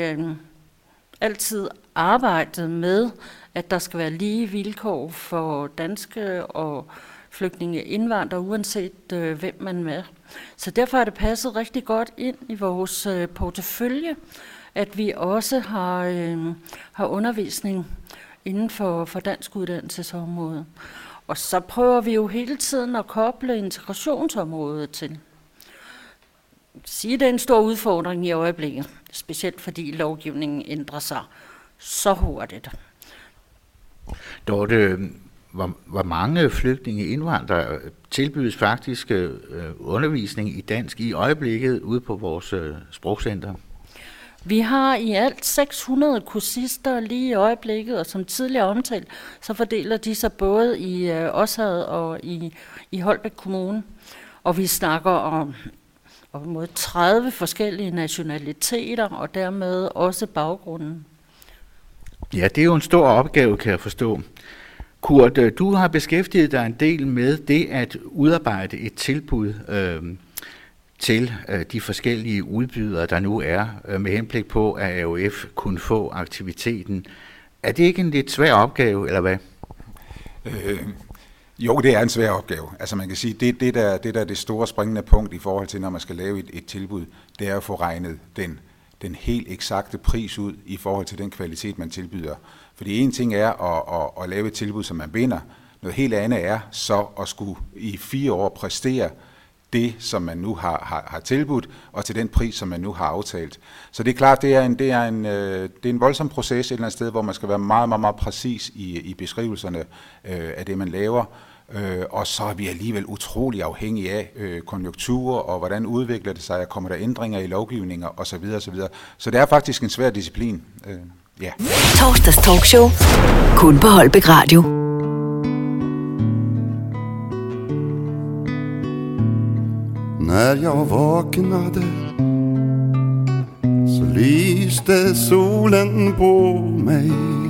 altid arbejdet med, at der skal være lige vilkår for danske og flygtninge indvandrere, uanset hvem man er. Så derfor er det passet rigtig godt ind i vores portefølje, at vi også har undervisning inden for dansk uddannelsesområde. Og så prøver vi jo hele tiden at koble integrationsområdet til. Det er en stor udfordring i øjeblikket, specielt fordi lovgivningen ændrer sig så hurtigt. Dorte, hvor mange flygtninge indvandrere tilbydes faktisk undervisning i dansk i øjeblikket ude på vores sprogcenter? Vi har i alt 600 kursister lige i øjeblikket, og som tidligere omtalt, så fordeler de sig både i Odsherred og i Holbæk Kommune. Og vi snakker om op mod 30 forskellige nationaliteter, og dermed også baggrunden. Ja, det er jo en stor opgave, kan jeg forstå. Kurt, du har beskæftiget dig en del med det at udarbejde et tilbud til de forskellige udbydere, der nu er, med henblik på, at AOF kunne få aktiviteten. Er det ikke en lidt svær opgave, eller hvad? Jo, det er en svær opgave. Altså man kan sige, det der er det store springende punkt i forhold til, når man skal lave et tilbud, det er at få regnet den helt eksakte pris ud i forhold til den kvalitet, man tilbyder. Fordi en ting er at lave et tilbud, som man vinder. Noget helt andet er så at skulle i 4 år præstere det, som man nu har tilbudt, og til den pris, som man nu har aftalt. Så det er klart, det er en voldsom proces et eller andet sted, hvor man skal være meget, meget, meget præcis i beskrivelserne af det, man laver. Og så er vi alligevel utrolig afhængige af konjunkturer, og hvordan udvikler det sig, og kommer der ændringer i lovgivninger, osv. osv. Så det er faktisk en svær disciplin. Ja. Torsdags talkshow. Kun på Holbæk Radio. När jag vaknade så lyste solen på mig.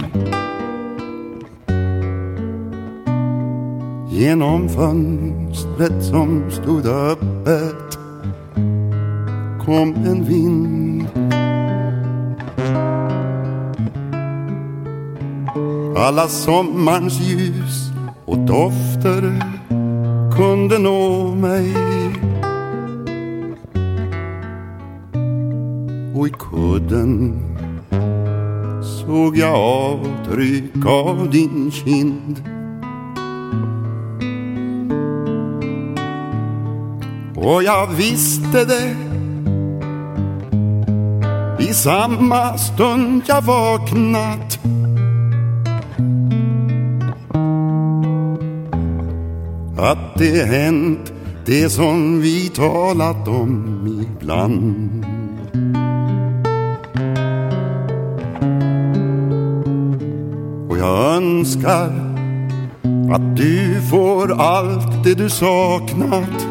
Genom fönstret som stod öppet kom en vind. Alla sommarens ljus och dofter kunde nå mig. Och i kudden såg jag avtryck av din kind. Och jag visste det i samma stund jag vaknat. att det hänt det som vi talat om ibland. Och jag önskar att du får allt det du saknat.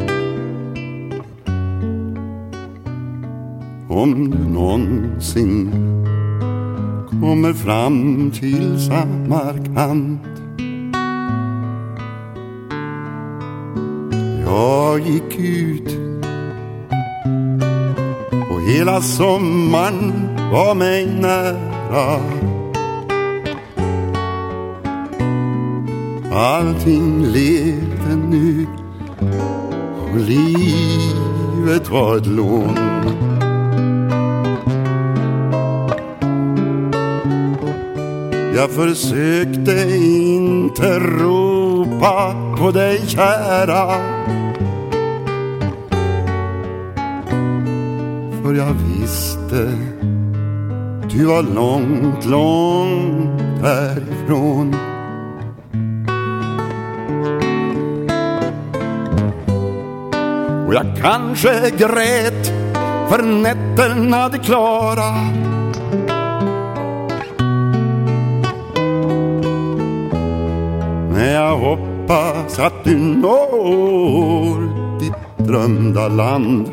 Om du någonsin kommer fram till Samarkand. Jag gick ut och hela sommaren var mig nära. Allting levde nu och livet var ett lån. Jag försökte inte ropa på dig kära, för jag visste du var långt, långt härifrån. Och jag kanske grät för nätterna det klara. Men jag hoppas att du når ditt drömda land.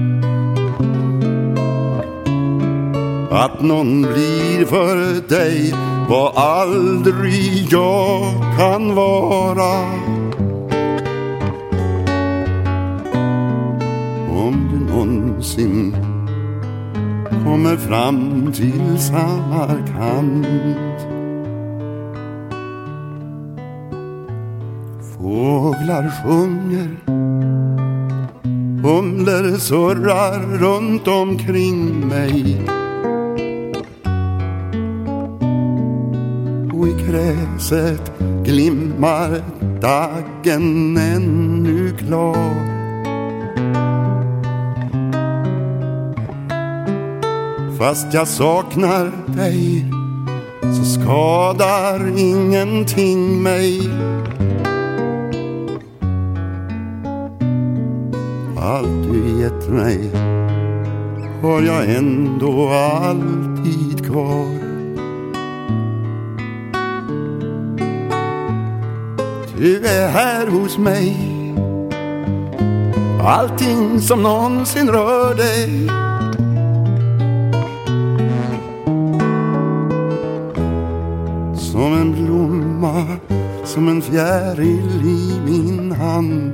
Att någon blir för dig vad aldrig jag kan vara. Om du någonsin kommer fram till Samarkand. Fåglar sjunger, humlor surrar runt omkring mig. Och i gräset glimmar dagen ännu klar. Fast jag saknar dig så skadar ingenting mig. Allt du gett mig har jag ändå alltid kvar. Du är här hos mig, allting som någonsin rör dig. Som en blomma, som en fjäril i min hand.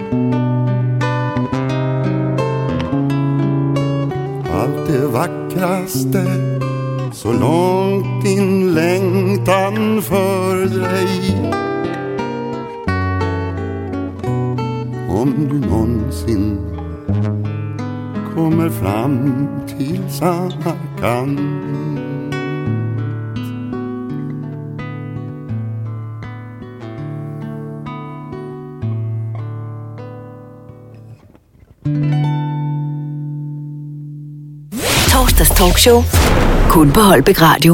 Allt det vackraste, så långt din längtan för dig. Om du någonsin kommer fram till Samarkand. Torsdags talkshow. Kun på Holbæk Radio.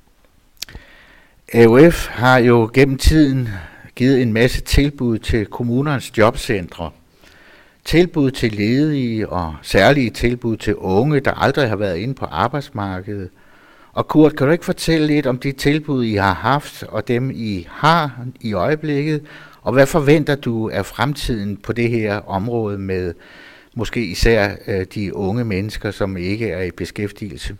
AOF har jo gennem tiden givet en masse tilbud til kommunernes jobcentre. Tilbud til ledige og særlige tilbud til unge, der aldrig har været inde på arbejdsmarkedet. Og Kurt, kan du ikke fortælle lidt om de tilbud, I har haft, og dem I har i øjeblikket? Og hvad forventer du af fremtiden på det her område med måske især de unge mennesker, som ikke er i beskæftigelse?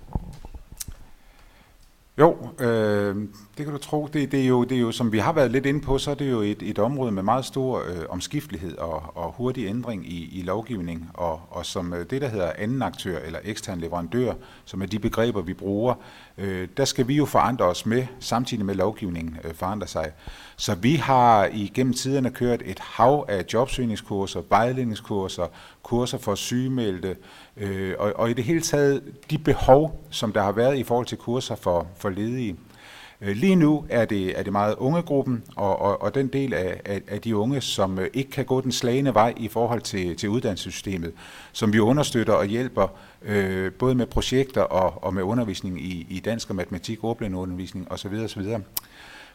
Jo, det kan du tro. Det er jo, som vi har været lidt inde på, så er det jo et område med meget stor omskiftelighed og hurtig ændring i lovgivning, og som det, der hedder anden aktør eller ekstern leverandør, som er de begreber, vi bruger, der skal vi jo forandre os med, samtidig med lovgivningen forandrer sig. Så vi har igennem tiderne kørt et hav af jobsøgningskurser, vejledningskurser, kurser for sygemeldte, og i det hele taget de behov, som der har været i forhold til kurser for ledige. Lige nu er det meget ungegruppen, og den del af de unge, som ikke kan gå den slagne vej i forhold til uddannelsessystemet, som vi understøtter og hjælper både med projekter og med undervisning i dansk og matematik, ordblindeundervisning osv. osv.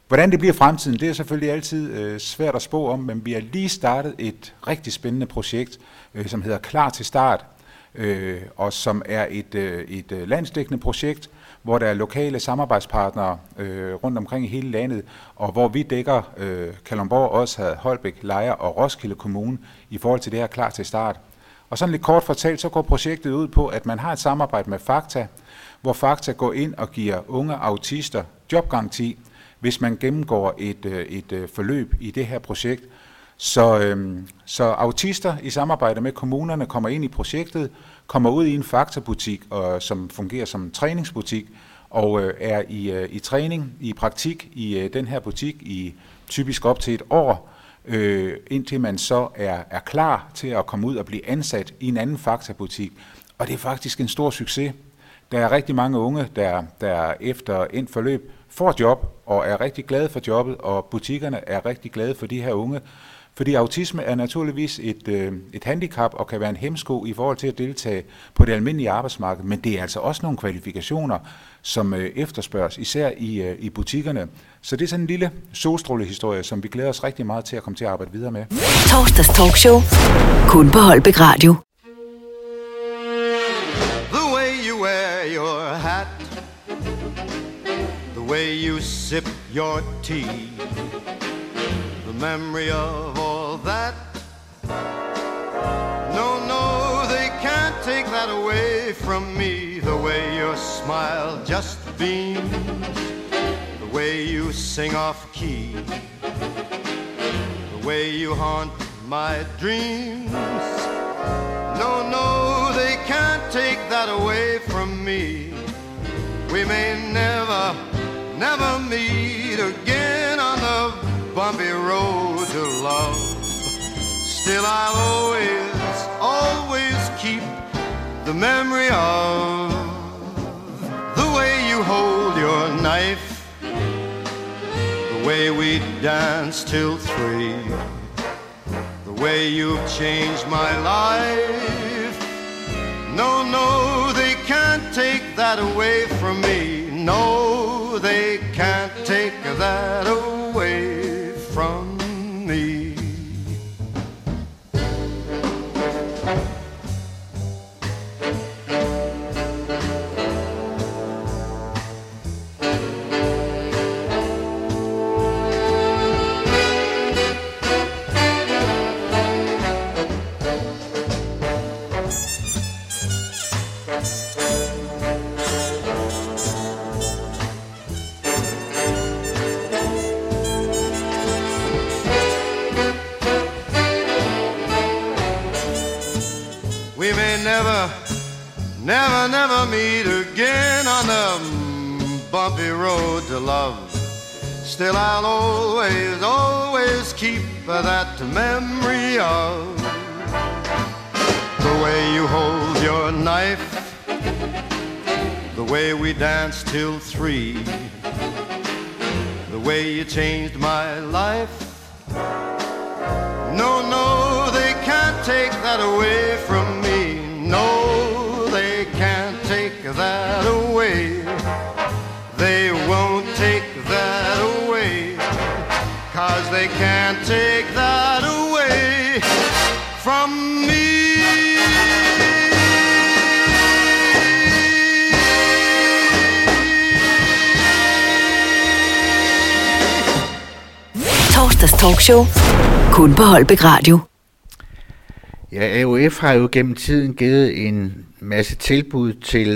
Hvordan det bliver i fremtiden, det er selvfølgelig altid svært at spå om, men vi har lige startet et rigtig spændende projekt, som hedder Klar til Start, og som er et landsdækkende projekt, hvor der er lokale samarbejdspartnere rundt omkring i hele landet, og hvor vi dækker Kalundborg, Odsherred, Holbæk, Lejre og Roskilde Kommune i forhold til det her Klar til Start. Og sådan lidt kort fortalt, så går projektet ud på, at man har et samarbejde med Fakta, hvor Fakta går ind og giver unge autister jobgaranti, hvis man gennemgår et forløb i det her projekt. Så autister i samarbejde med kommunerne kommer ind i projektet, kommer ud i en Fakta-butik, som fungerer som en træningsbutik, og er i træning, i praktik i den her butik i typisk op til et år, indtil man så er klar til at komme ud og blive ansat i en anden Fakta-butik. Og det er faktisk en stor succes. Der er rigtig mange unge, der efter endt forløb får job og er rigtig glade for jobbet, og butikkerne er rigtig glade for de her unge. Fordi autisme er naturligvis et handicap og kan være en hæmsko i forhold til at deltage på det almindelige arbejdsmarked, men det er altså også nogle kvalifikationer, som efterspørges, især i butikkerne. Så det er sådan en lille solstrålehistorie, som vi glæder os rigtig meget til at komme til at arbejde videre med. Torsdags talkshow. Kun på Holbæk Radio. The way you wear your hat, the way you sip your tea, the memory of all that. No, they can't take that away from me. The way your smile just beams, the way you sing off key, the way you haunt my dreams. No, they can't take that away from me. We may never meet again on the bumpy road to love. Still I'll always keep the memory of the way you hold your knife, the way we danced till 3, the way you've changed my life. No, they can't take that away from me. No, they can't take that away from me. We may never meet again on the bumpy road to love. Still I'll always keep that memory of the way you hold your knife, the way we danced till 3, the way you changed my life. No, they can't take that away from me. No, they can't take that away. They won't take that away, 'cause they can't take that away from me. Torsdags talkshow. Kun på Holbæk Radio. Ja, AOF har jo gennem tiden givet en masse tilbud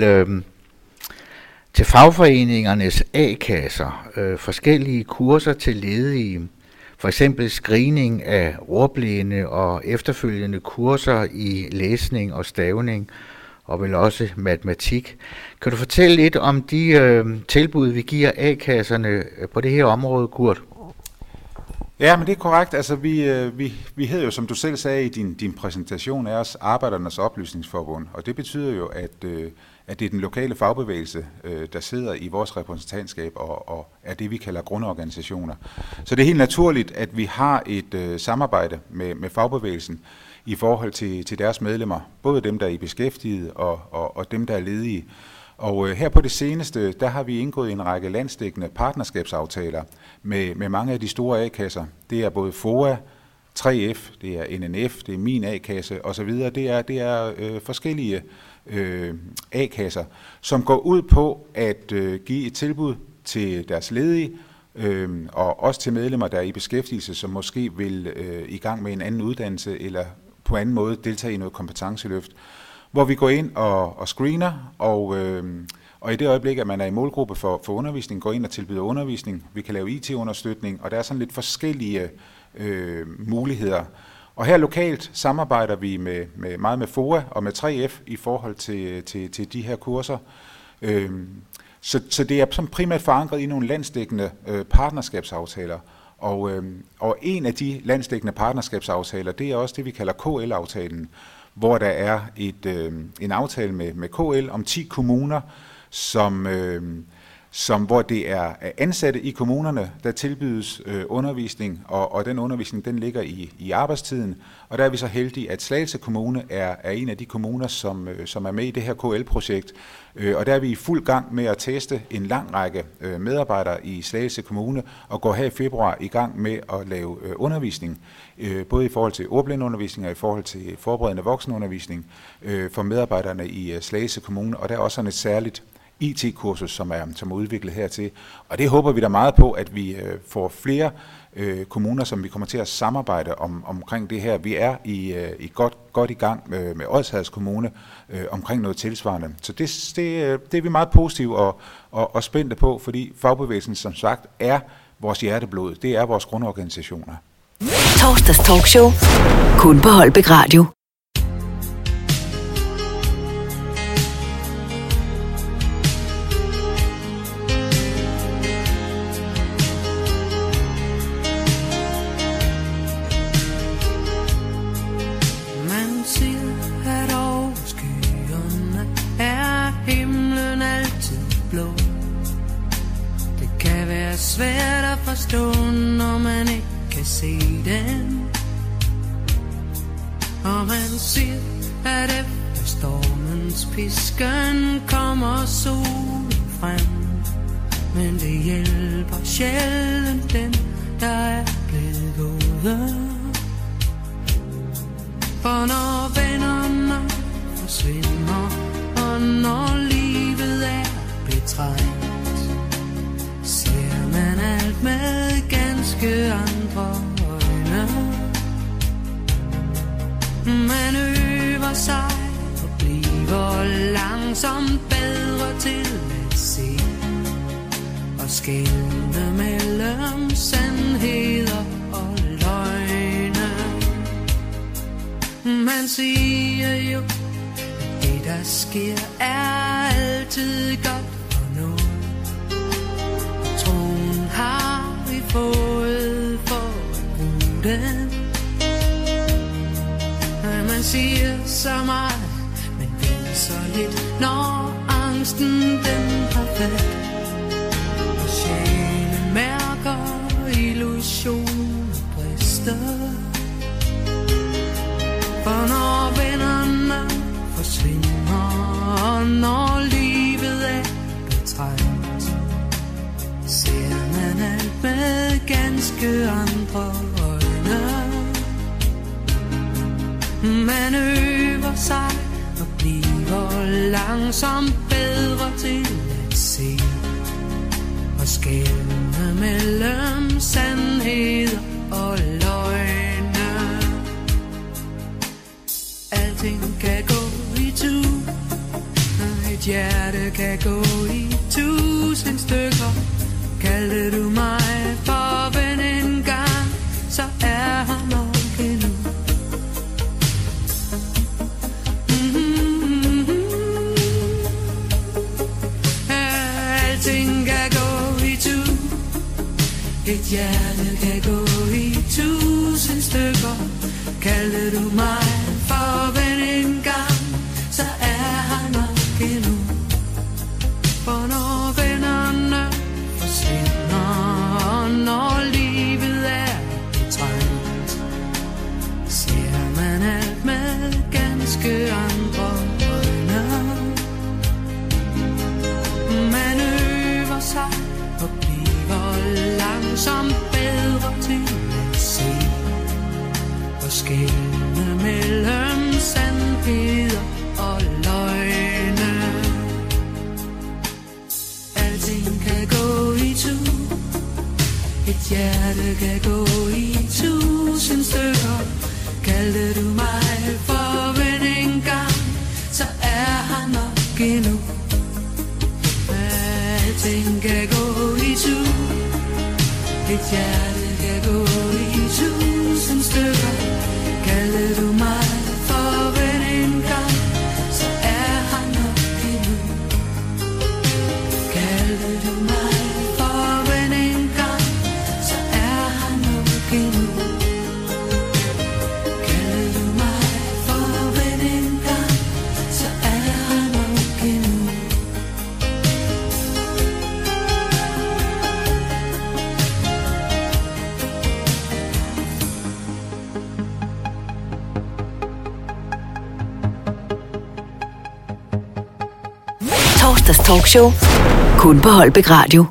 til fagforeningernes A-kasser, forskellige kurser til ledige, for eksempel screening af ordblinde og efterfølgende kurser i læsning og stavning, og vel også matematik. Kan du fortælle lidt om de tilbud, vi giver A-kasserne på det her område, Kurt? Ja, men det er korrekt. Altså, vi hedder jo, som du selv sagde i din præsentation, af os Arbejdernes Oplysningsforbund, og det betyder jo, at det er den lokale fagbevægelse, der sidder i vores repræsentantskab og er det, vi kalder grundorganisationer. Så det er helt naturligt, at vi har et samarbejde med fagbevægelsen i forhold til deres medlemmer, både dem, der er i beskæftiget og dem, der er ledige. Og her på det seneste, der har vi indgået en række landsdækkende partnerskabsaftaler med mange af de store A-kasser. Det er både FOA, 3F, det er NNF, det er min A-kasse osv. Det er forskellige A-kasser, som går ud på at give et tilbud til deres ledige, og også til medlemmer, der er i beskæftigelse, som måske vil i gang med en anden uddannelse eller på anden måde deltage i noget kompetenceløft, hvor vi går ind og screener, og i det øjeblik, at man er i målgruppe for undervisning, går ind og tilbyder undervisning. Vi kan lave IT-understøtning, og der er sådan lidt forskellige muligheder. Og her lokalt samarbejder vi meget med FOA og med 3F i forhold til de her kurser. Så det er som primært forankret i nogle landsdækkende partnerskabsaftaler. Og en af de landsdækkende partnerskabsaftaler, det er også det, vi kalder KL-aftalen, hvor der er en aftale med KL om 10 kommuner, hvor det er ansatte i kommunerne, der tilbydes undervisning, og den undervisning, den ligger i arbejdstiden. Og der er vi så heldige, at Slagelse Kommune er en af de kommuner, som er med i det her KL-projekt. Og der er vi i fuld gang med at teste en lang række medarbejdere i Slagelse Kommune, og går her i februar i gang med at lave undervisning, både i forhold til ordblindeundervisning og i forhold til forberedende voksenundervisning for medarbejderne i Slagelse Kommune. Og der er også sådan et særligt IT-kursus, som er udviklet hertil. Og det håber vi da meget på, at vi får flere kommuner, som vi kommer til at samarbejde omkring det her. Vi er godt i gang med Odsherreds Kommune omkring noget tilsvarende. Så det er vi meget positive og spændte på, fordi fagbevægelsen som sagt er vores hjerteblod. Det er vores grundorganisationer. Torsdags talkshow. Kun på Holbæk Radio. Svært at forstå, når man ikke kan se den. Og man siger, at efter stormens pisken kommer solen frem. Men det hjælper sjældent den, der er blevet gået. For når vennerne forsvinder, og når livet er betrængt, men alt med ganske andre øjne. Man øver sig og bliver langsomt bedre til at se og skelne mellem sandheder og løgne. Man siger jo, at det der sker er altid godt for noget. Har vi fået for at bruge den? Man siger så meget, men ved så lidt, når angsten den har fat. Og sjælen mærker illusion brister. For når vennerne forsvinder, og når livet er betrængt, ser man alt med ganske andre øjne. Man øver sig og bliver langsomt bedre til at se og skelne mellem sandheder og løgne. Alting kan gå i tu, et hjerte kan gå i 1000 stykker. Kaldte du mig for ven en gang, så er han nok endnu. Alting kan gå i tu, et hjerte kan gå i 1000 stykker. Kaldte du mig for ven en gang, så er han nok endnu. For når vennerne forsvinder, når livet er betrængt, ser man alt med ganske andre øjne. hjerte kan gå i 1000 stykker. Kaldte du mig for ven engang, så er han nok endnu. Alting kan gå i 2. Dit hjerte kan gå i 1000 stykker. Kaldte du mig for ven engang, så er han nok endnu. Kaldte du mig for ven engang, så er han nok endnu. Kaldte du mig for ven engang, så er han nok endnu. Torsdags talkshow. Kun på Holbæk Radio.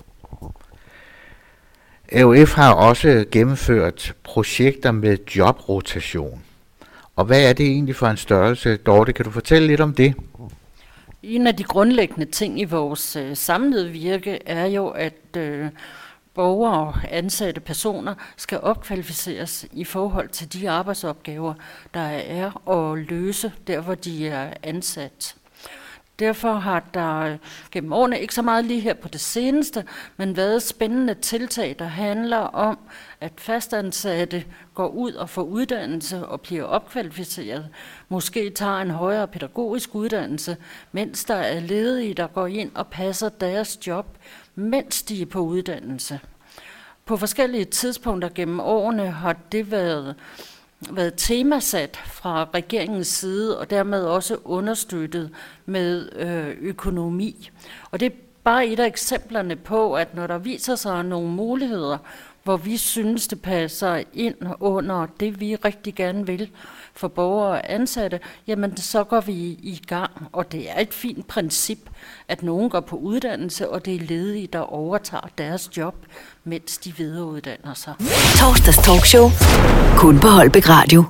AOF har også gennemført projekter med jobrotation. Og hvad er det egentlig for en størrelse? Dorte, kan du fortælle lidt om det? En af de grundlæggende ting i vores samlede virke er jo, at borgere og ansatte personer skal opkvalificeres i forhold til de arbejdsopgaver, der er at løse der, hvor de er ansat. Derfor har der gennem årene, ikke så meget lige her på det seneste, men været spændende tiltag, der handler om, at fastansatte går ud og får uddannelse og bliver opkvalificeret. Måske tager en højere pædagogisk uddannelse, mens der er ledige, der går ind og passer deres job, mens de er på uddannelse. På forskellige tidspunkter gennem årene har det været temasat fra regeringens side, og dermed også understøttet med økonomi. Og det er bare et af eksemplerne på, at når der viser sig nogle muligheder, hvor vi synes, det passer ind under det, vi rigtig gerne vil for borgere og ansatte, jamen så går vi i gang. Og det er et fint princip, at nogen går på uddannelse, og det er ledige, der overtager deres job, mens de videreuddanner sig. Torsdags talkshow. Kun på Holbæk Radio.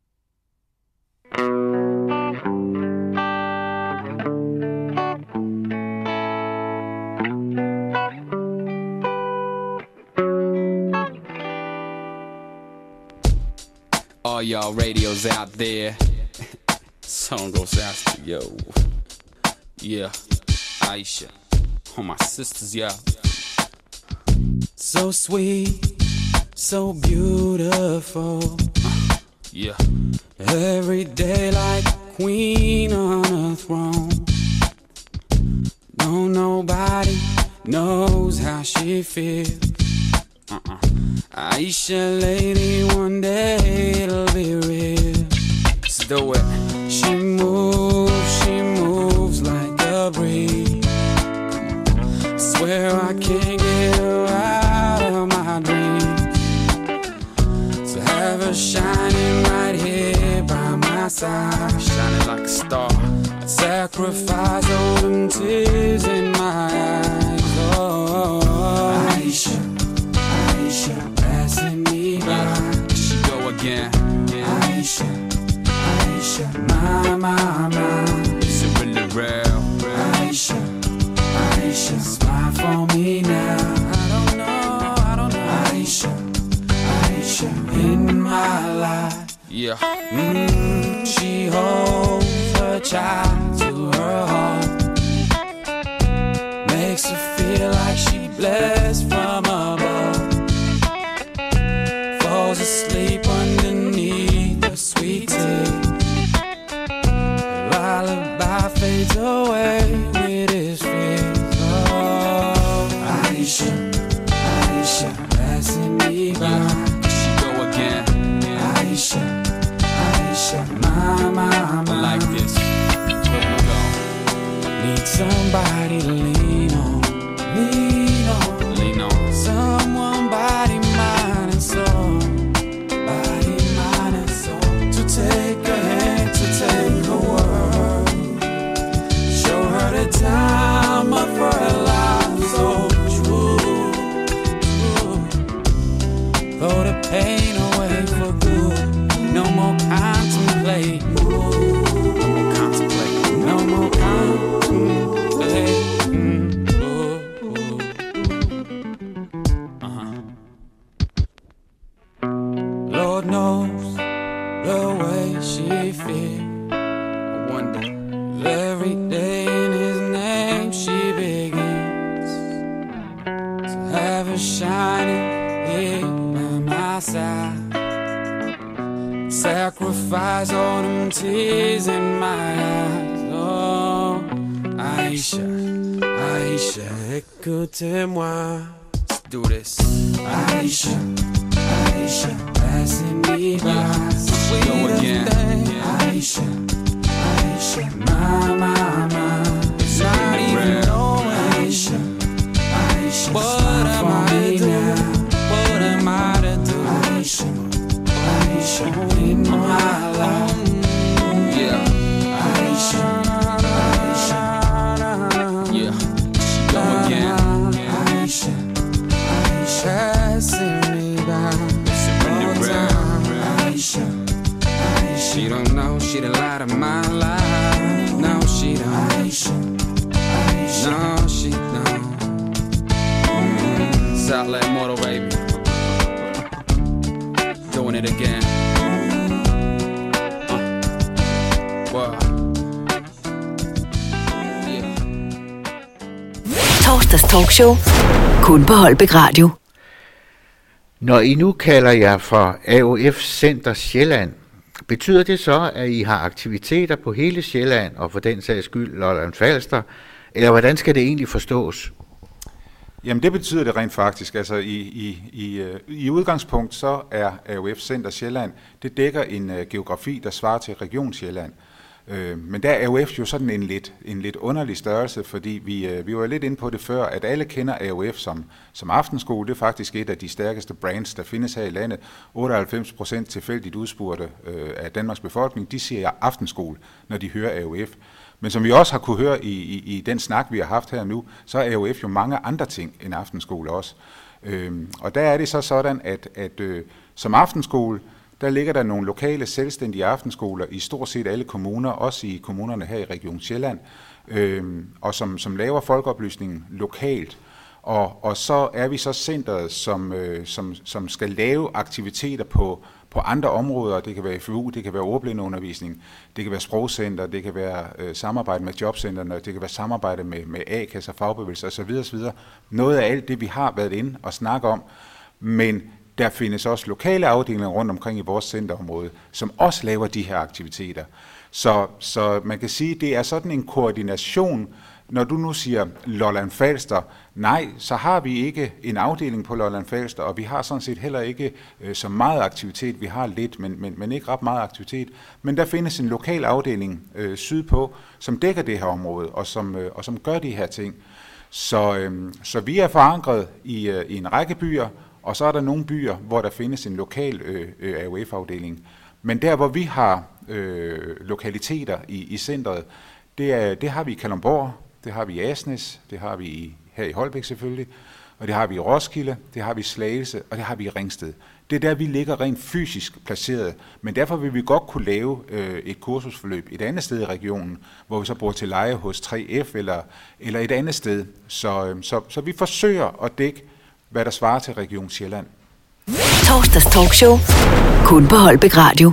All y'all radios out there, song goes out to yo. Yeah, Aisha, all my sisters, yeah. So sweet, so beautiful. Yeah, every day like queen on a throne. No, nobody knows how she feels. Aisha, lady, one day it'll be real. Let's do it. She moves like a breeze. I swear I can't get her out of my dreams. So have her shining right here by my side, shining like a star. I'd sacrifice all them tears in my eyes. Oh, Aisha, Aisha, passing me by. She go again. Aisha, Aisha, my. Is it really real? Aisha, Aisha, smile for me now. I don't know. Aisha, Aisha, in my life. Yeah. She holds her child to her heart. Makes her feel like she blessed from above. Falls asleep underneath the sweet tea. Lullaby fades away with his fears. Oh, Aisha, Aisha, passing me by. She go again. Aisha, Aisha, my. Like this. Where we go? Need somebody to lean on. Lean on. Someone body, mind and soul. Body, mind and soul. To take a hand, to take a word. Show her the time of her life so true. Throw the pain away for good. No more contemplate. No more contemplate. sacrifice all them tears in my eyes. Oh, Aisha, Aisha, écoutez-moi. Let's do this. Aisha, Aisha, passing me by. Go again. Aisha, Aisha, my. It's not even knowing. Aisha, Aisha, what am I to do? What am I to do? Aisha, Aisha, in my life. Yeah, Aisha, Aisha, yeah. Go again. Aisha, Aisha, passing me by. Aisha, Aisha, she don't know she the light of my life. No, she don't. Aisha, Aisha, no, she don't. Southland Mortal, baby. Doing it again. Wow. Yeah. Torsdags talkshow. Kun på Holbæk Radio. Når I nu kalder jer for AOF Center Sjælland, betyder det så, at I har aktiviteter på hele Sjælland, og for den sags skyld Lolland Falster, eller hvordan skal det egentlig forstås? Jamen det betyder det rent faktisk. Altså i udgangspunkt så er AOF Center Sjælland, det dækker en geografi, der svarer til Region Sjælland. Men der er AOF jo sådan en lidt underlig størrelse, fordi vi var lidt inde på det før, at alle kender AOF som aftenskole. Det er faktisk et af de stærkeste brands, der findes her i landet. 98% tilfældigt udspurgte af Danmarks befolkning, de siger aftenskole, når de hører AOF. Men som vi også har kunne høre i den snak, vi har haft her nu, så er AOF jo mange andre ting end aftenskole også. Og der er det så sådan, at som aftenskole, der ligger der nogle lokale selvstændige aftenskoler i stort set alle kommuner, også i kommunerne her i Region Sjælland, og som laver folkeoplysningen lokalt. Og så er vi så centret, som skal lave aktiviteter på andre områder. Det kan være FU, det kan være ordblindeundervisning, det kan være sprogcenter, det kan være samarbejde med jobcentrene, det kan være samarbejde med A-kasser, fagbevægelser osv. osv. Noget af alt det, vi har været inde og snakke om, men der findes også lokale afdelinger rundt omkring i vores centerområde, som også laver de her aktiviteter. Så man kan sige, at det er sådan en koordination. Når du nu siger Lolland Falster, nej, så har vi ikke en afdeling på Lolland Falster, og vi har sådan set heller ikke så meget aktivitet. Vi har lidt, men ikke ret meget aktivitet. Men der findes en lokal afdeling sydpå, som dækker det her område, og som gør de her ting. Så vi er forankret i en række byer, og så er der nogle byer, hvor der findes en lokal AOF-afdeling. Men der, hvor vi har lokaliteter i centret, det har vi i Kalundborg, det har vi i Asnæs, det har vi her i Holbæk selvfølgelig, og det har vi i Roskilde, det har vi i Slagelse, og det har vi i Ringsted. Det er der, vi ligger rent fysisk placeret, men derfor vil vi godt kunne lave et kursusforløb et andet sted i regionen, hvor vi så bor til leje hos 3F eller et andet sted. Så vi forsøger at dække, hvad der svarer til Region Sjælland. Torsdags talkshow. Kun på Holbæk Radio.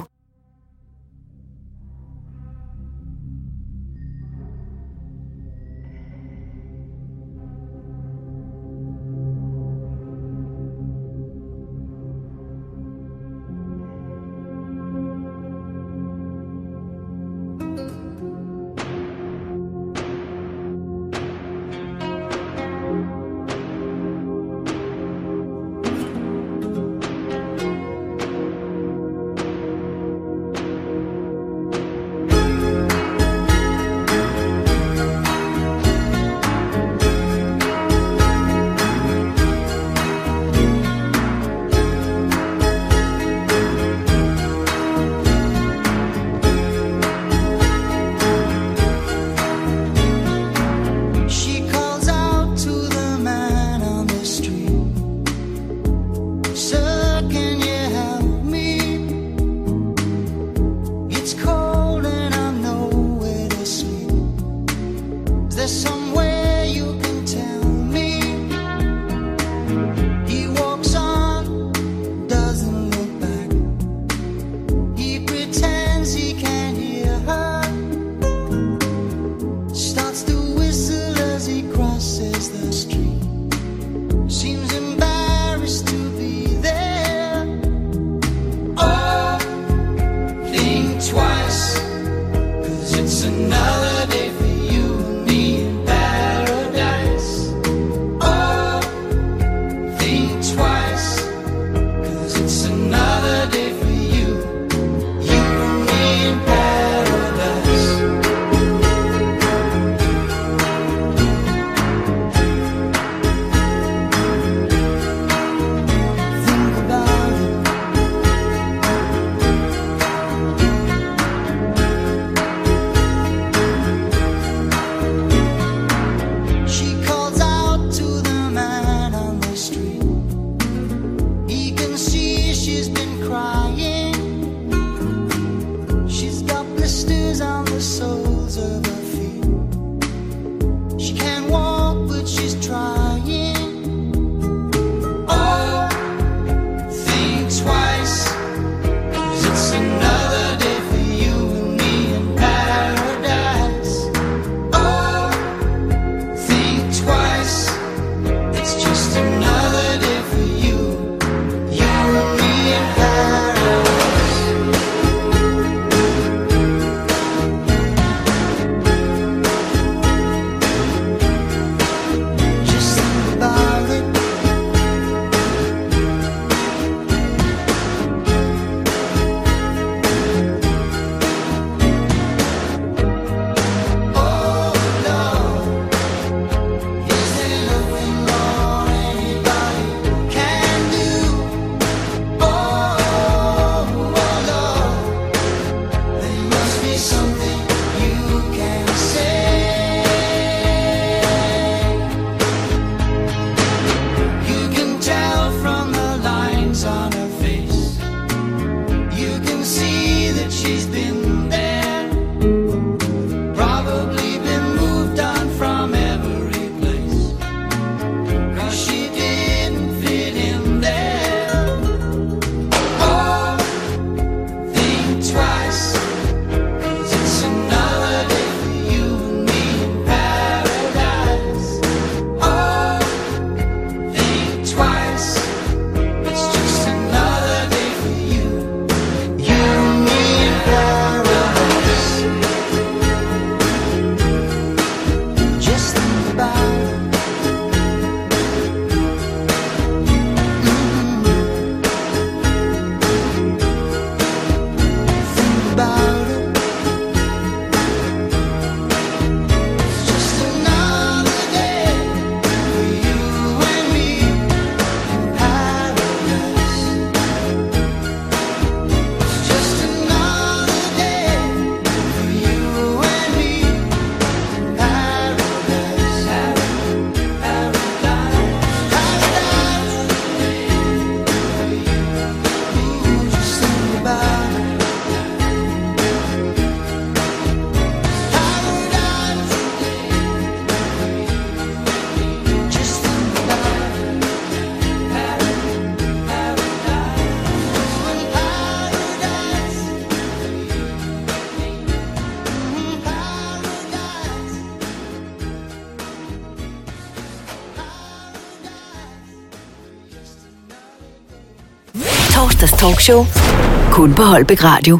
Torsdags talkshow. Kun på Holbæk Radio.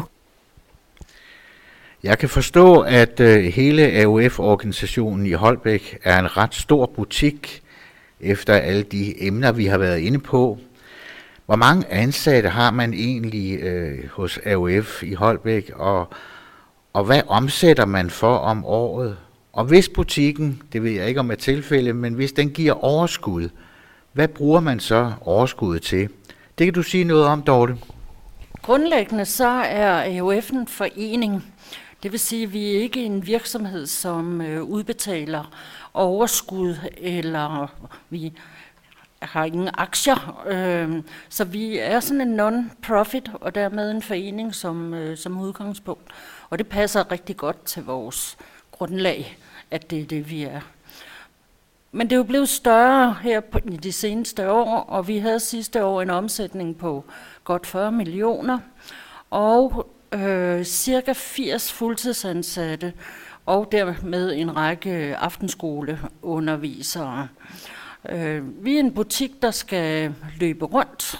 Jeg kan forstå, at hele AOF-organisationen i Holbæk er en ret stor butik, efter alle de emner, vi har været inde på. Hvor mange ansatte har man egentlig hos AOF i Holbæk, og hvad omsætter man for om året? Og hvis butikken, det ved jeg ikke om er tilfælde, men hvis den giver overskud, hvad bruger man så overskuddet til? Det kan du sige noget om, Dorte. Grundlæggende så er AOF en forening. Det vil sige, at vi er ikke en virksomhed, som udbetaler overskud, eller vi har ingen aktier. Så vi er sådan en non-profit, og dermed en forening som udgangspunkt. Og det passer rigtig godt til vores grundlag, at det er det, vi er. Men det er jo blevet større her i de seneste år, og vi havde sidste år en omsætning på godt 40 millioner, og cirka 80 fuldtidsansatte, og dermed en række aftenskoleundervisere. Vi er en butik, der skal løbe rundt.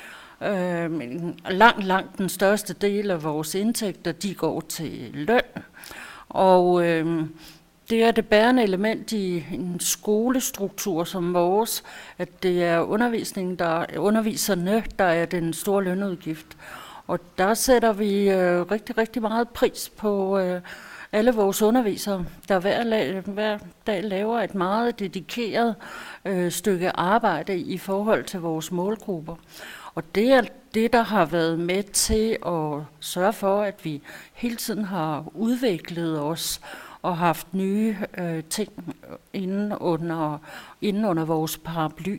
Langt den største del af vores indtægter, de går til løn, og det er det bærende element i en skolestruktur som vores, at det er underviserne, der er den store lønudgift. Og der sætter vi rigtig meget pris på alle vores undervisere, der hver dag laver et meget dedikeret stykke arbejde i forhold til vores målgrupper. Og det er det, der har været med til at sørge for, at vi hele tiden har udviklet os og haft nye ting inden under vores paraply.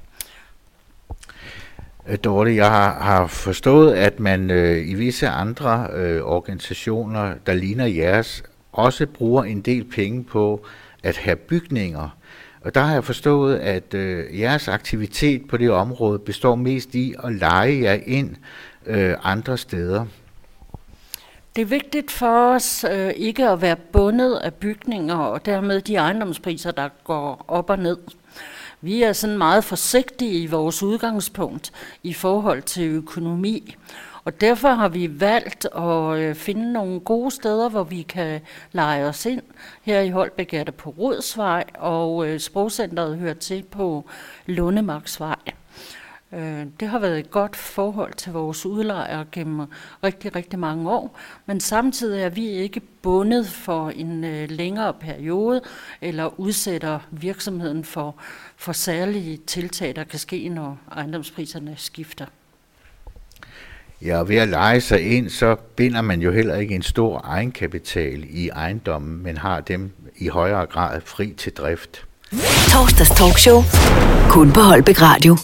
Dorte, jeg har forstået, at man i visse andre organisationer, der ligner jeres, også bruger en del penge på at have bygninger. Og der har jeg forstået, at jeres aktivitet på det område består mest i at leje jer ind andre steder. Det er vigtigt for os ikke at være bundet af bygninger og dermed de ejendomspriser, der går op og ned. Vi er sådan meget forsigtige i vores udgangspunkt i forhold til økonomi, og derfor har vi valgt at finde nogle gode steder, hvor vi kan leje os ind. Her i Holbæk er det på Rodsvej, og Sprogcentret hører til på Lundemarksvej. Det har været et godt forhold til vores udlejere gennem rigtig mange år, men samtidig er vi ikke bundet for en længere periode eller udsætter virksomheden for særlige tiltag, der kan ske, når ejendomspriserne skifter. Ja, ved at leje sig ind, så binder man jo heller ikke en stor egenkapital i ejendommen, men har dem i højere grad fri til drift. Torsdags talkshow. Kun på Holbæk Radio.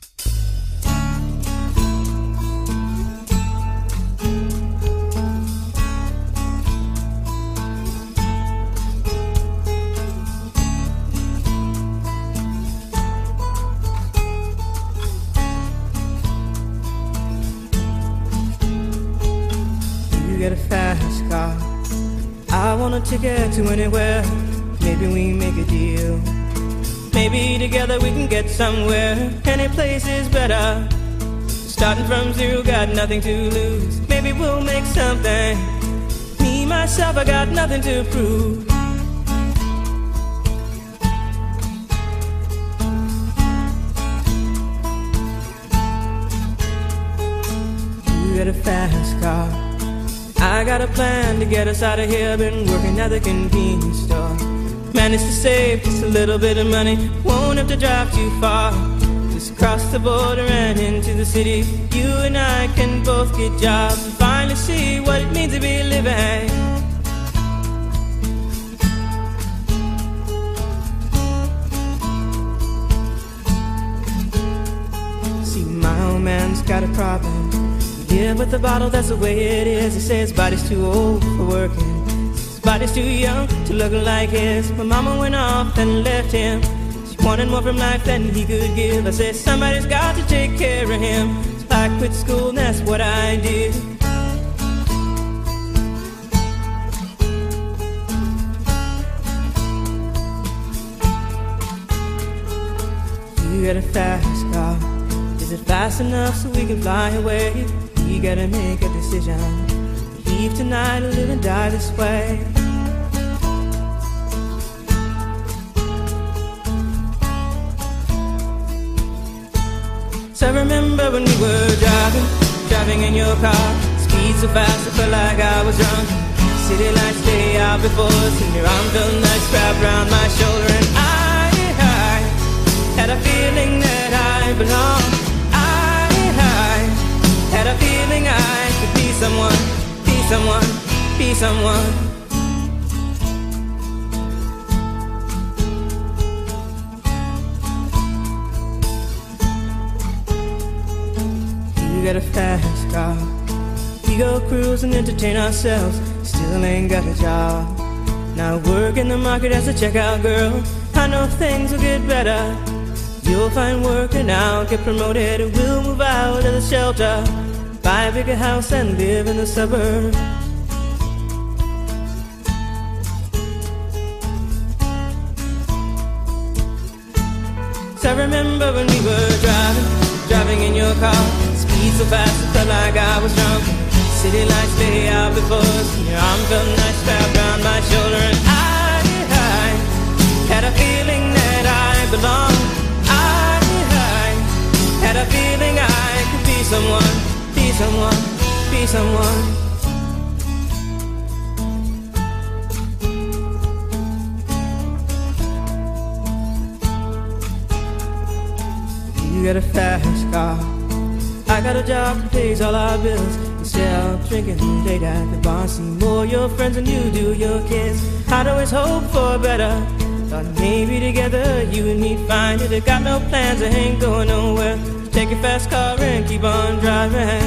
Get a fast car. I want a ticket to anywhere. Maybe we make a deal. Maybe together we can get somewhere. Any place is better. Starting from zero, got nothing to lose. Maybe we'll make something. Me, myself, I got nothing to prove. You got a fast car. I got a plan to get us out of here. Been working at the convenience store. Managed to save just a little bit of money. Won't have to drive too far. Just cross the border and into the city. You and I can both get jobs and finally see what it means to be living. See, my old man's got a problem. Yeah, with the bottle, that's the way it is. He says his body's too old for working. His body's too young to look like his. My mama went off and left him. She wanted more from life than he could give. I said, somebody's got to take care of him. So I quit school and that's what I did. You got a fast car. Is it fast enough so we can fly away? We gotta make a decision. Leave tonight or live and die this way. So I remember when we were driving in your car. Speed so fast I felt like I was drunk. City lights stay out before us, and your arm felt nice wrapped around my shoulder. And I had a feeling that I belonged. I had a feeling I could be someone, be someone, be someone. You got a fast car. We go cruise and entertain ourselves. Still ain't got a job. Now work in the market as a checkout girl. I know things will get better. You'll find work and I'll get promoted. We'll move out of the shelter, buy a bigger house and live in the suburbs. So I remember when we were driving in your car. Speed so fast it felt like I was drunk. City lights lay out before us, and your arm felt nice wrapped around my shoulder. And I had a feeling that I belonged. I had a feeling I could be someone, be someone, be someone. You got a fast car. I got a job that pays all our bills. Instead of drinking late at the bar, see more your friends than you do your kids. I'd always hope for better. Thought maybe together you and me'd find it. I got no plans, I ain't going nowhere. So take your fast car and keep on driving.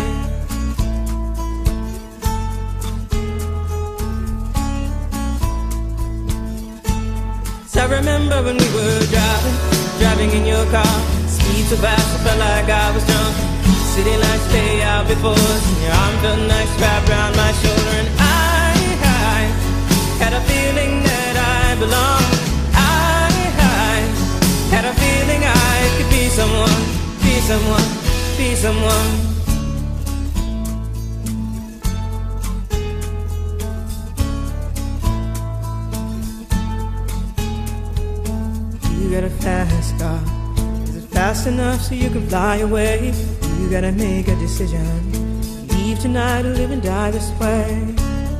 So I remember when we were driving in your car. Speed so fast I felt like I was drunk. City lights lay out before us, and your arm felt nice wrapped around my shoulder. And I had a feeling that I belonged. I had a feeling I could be someone, be someone, be someone. You got a fast car. Is it fast enough so you can fly away? You gotta make a decision. Leave tonight or live and die this way.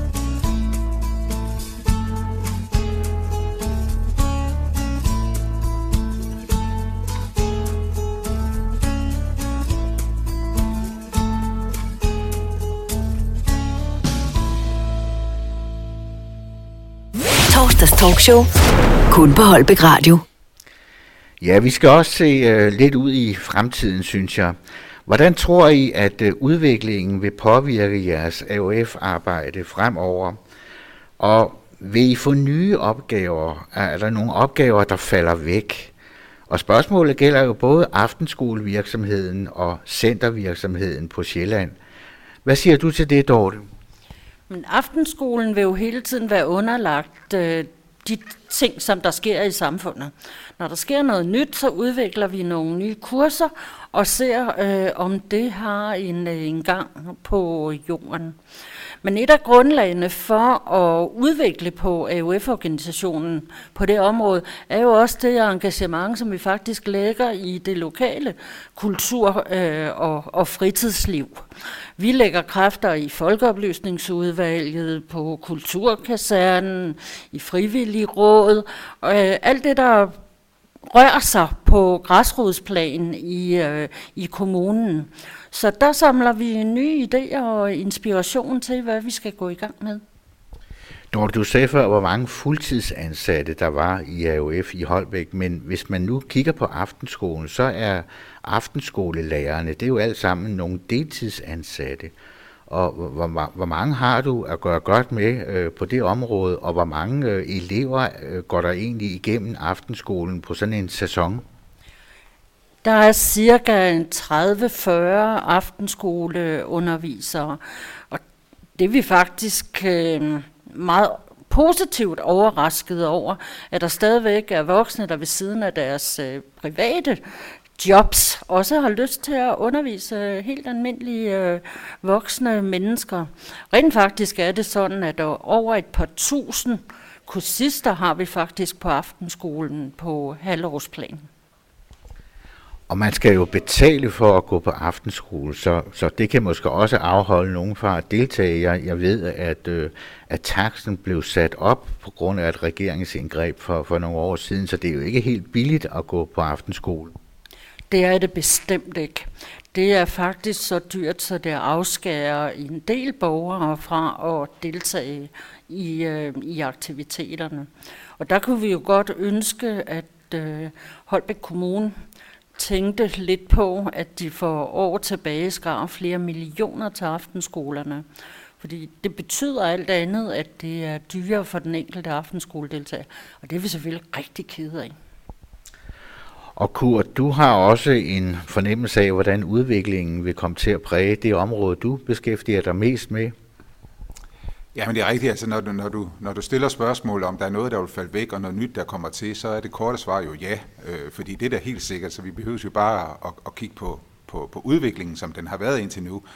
Torsdags talkshow. Kun på Holbæk Radio. Ja, vi skal også se lidt ud i fremtiden, synes jeg. Hvordan tror I, at udviklingen vil påvirke jeres AOF-arbejde fremover? Og vil I få nye opgaver? Er der nogle opgaver, der falder væk? Og spørgsmålet gælder jo både aftenskolevirksomheden og centervirksomheden på Sjælland. Hvad siger du til det, Dorte? Men aftenskolen vil jo hele tiden være underlagt de ting, som der sker i samfundet. Når der sker noget nyt, så udvikler vi nogle nye kurser og ser, om det har en gang på jorden. Men et af grundlagene for at udvikle på AOF-organisationen på det område, er jo også det engagement, som vi faktisk lægger i det lokale kultur- og fritidsliv. Vi lægger kræfter i Folkeoplysningsudvalget, på Kulturkasernen, i Frivillig Råd, og alt det, der rører sig på græsrodsplan i kommunen. Så der samler vi nye idéer og inspiration til, hvad vi skal gå i gang med. Når du sagde før, hvor mange fuldtidsansatte der var i AOF i Holbæk, men hvis man nu kigger på aftenskolen, så er aftenskolelærerne, det er jo alt sammen nogle deltidsansatte. Og hvor mange har du at gøre godt med på det område, og hvor mange elever går der egentlig igennem aftenskolen på sådan en sæson? Der er cirka 30-40 aftenskoleundervisere, og det er vi faktisk meget positivt overrasket over, at der stadigvæk er voksne, der ved siden af deres private jobs, også har lyst til at undervise helt almindelige voksne mennesker. Rent faktisk er det sådan, at over et par tusind kursister har vi faktisk på aftenskolen på halvårsplan. Og man skal jo betale for at gå på aftenskole, så det kan måske også afholde nogen fra at deltage. Jeg ved, at taksten blev sat op på grund af et regeringsindgreb for nogle år siden, så det er jo ikke helt billigt at gå på aftenskole. Det er det bestemt ikke. Det er faktisk så dyrt, så det afskærer en del borgere fra at deltage i aktiviteterne. Og der kunne vi jo godt ønske, at Holbæk Kommune tænkte lidt på, at de for år tilbage skar flere millioner til aftenskolerne. Fordi det betyder alt andet, at det er dyrere for den enkelte aftenskoledeltager. Og det er vi selvfølgelig rigtig kede af. Og Kurt, du har også en fornemmelse af, hvordan udviklingen vil komme til at præge det område, du beskæftiger dig mest med. Ja, men det er rigtigt. Altså, når du stiller spørgsmål om, der er noget, der vil falde væk, og noget nyt, der kommer til, så er det korte svar jo ja. Fordi det er da helt sikkert, så vi behøver jo bare at kigge på udviklingen, som den har været indtil nu.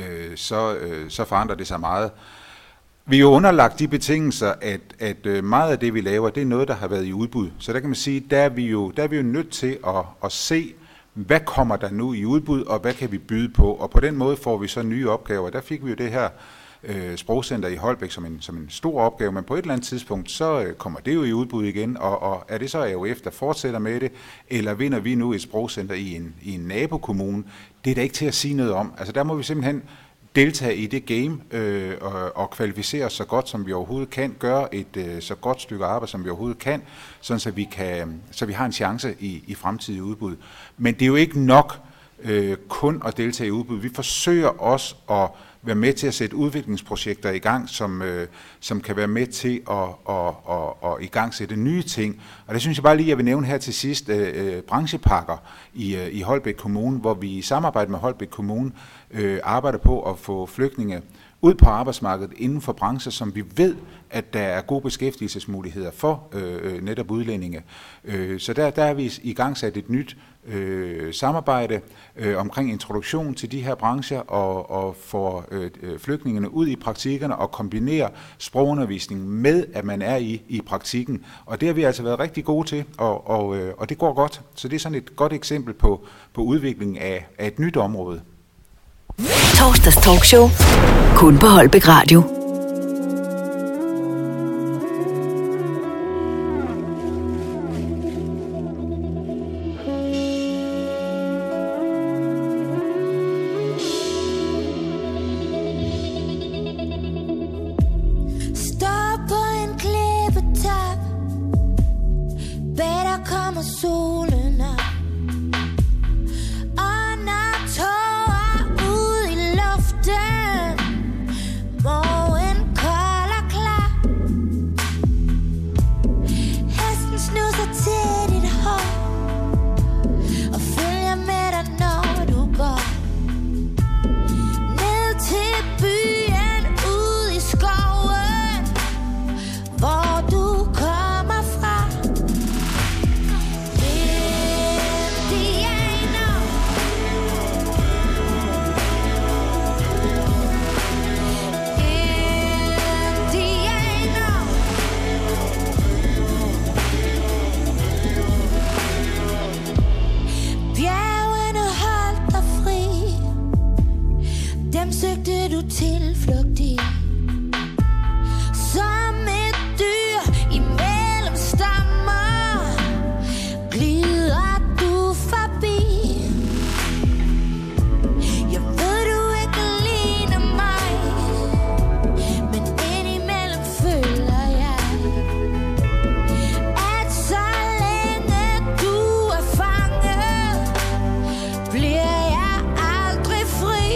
Så forandrer det sig meget. Vi er jo underlagt de betingelser, at meget af det, vi laver, det er noget, der har været i udbud. Så der kan man sige, der er vi jo nødt til at se, hvad kommer der nu i udbud, og hvad kan vi byde på. Og på den måde får vi så nye opgaver. Der fik vi jo det her sprogcenter i Holbæk som en stor opgave, men på et eller andet tidspunkt, så kommer det jo i udbud igen, og er det så AOF, der fortsætter med det, eller vinder vi nu et sprogcenter i en nabokommune? Det er da ikke til at sige noget om. Altså der må vi simpelthen deltage i det game og kvalificere os så godt, som vi overhovedet kan, gøre et så godt stykke arbejde, som vi overhovedet kan, sådan så vi har en chance i fremtidige udbud. Men det er jo ikke nok kun at deltage i udbud. Vi forsøger også at være med til at sætte udviklingsprojekter i gang, som kan være med til at igangsætte nye ting. Og det synes jeg bare lige, jeg vil nævne her til sidst, branchepakker i Holbæk Kommune, hvor vi i samarbejde med Holbæk Kommune arbejder på at få flygtninge ud på arbejdsmarkedet inden for brancher, som vi ved, at der er gode beskæftigelsesmuligheder for netop udlændinge. Så der er vi i gang sat et nyt samarbejde omkring introduktion til de her brancher og får flygtningene ud i praktikkerne og kombinerer sprogundervisning med, at man er i praktikken. Og det har vi altså været rigtig gode til, og det går godt. Så det er sådan et godt eksempel på udviklingen af et nyt område. Torsdags talkshow. Kun på Holbæk Radio. Står på en klippetop, bag der kommer solen op. Tilflugt i som et dyr imellem stammer, glider du forbi. Jeg ved du ikke ligner mig, men indimellem føler jeg, at så længe du er fanget, bliver jeg aldrig fri.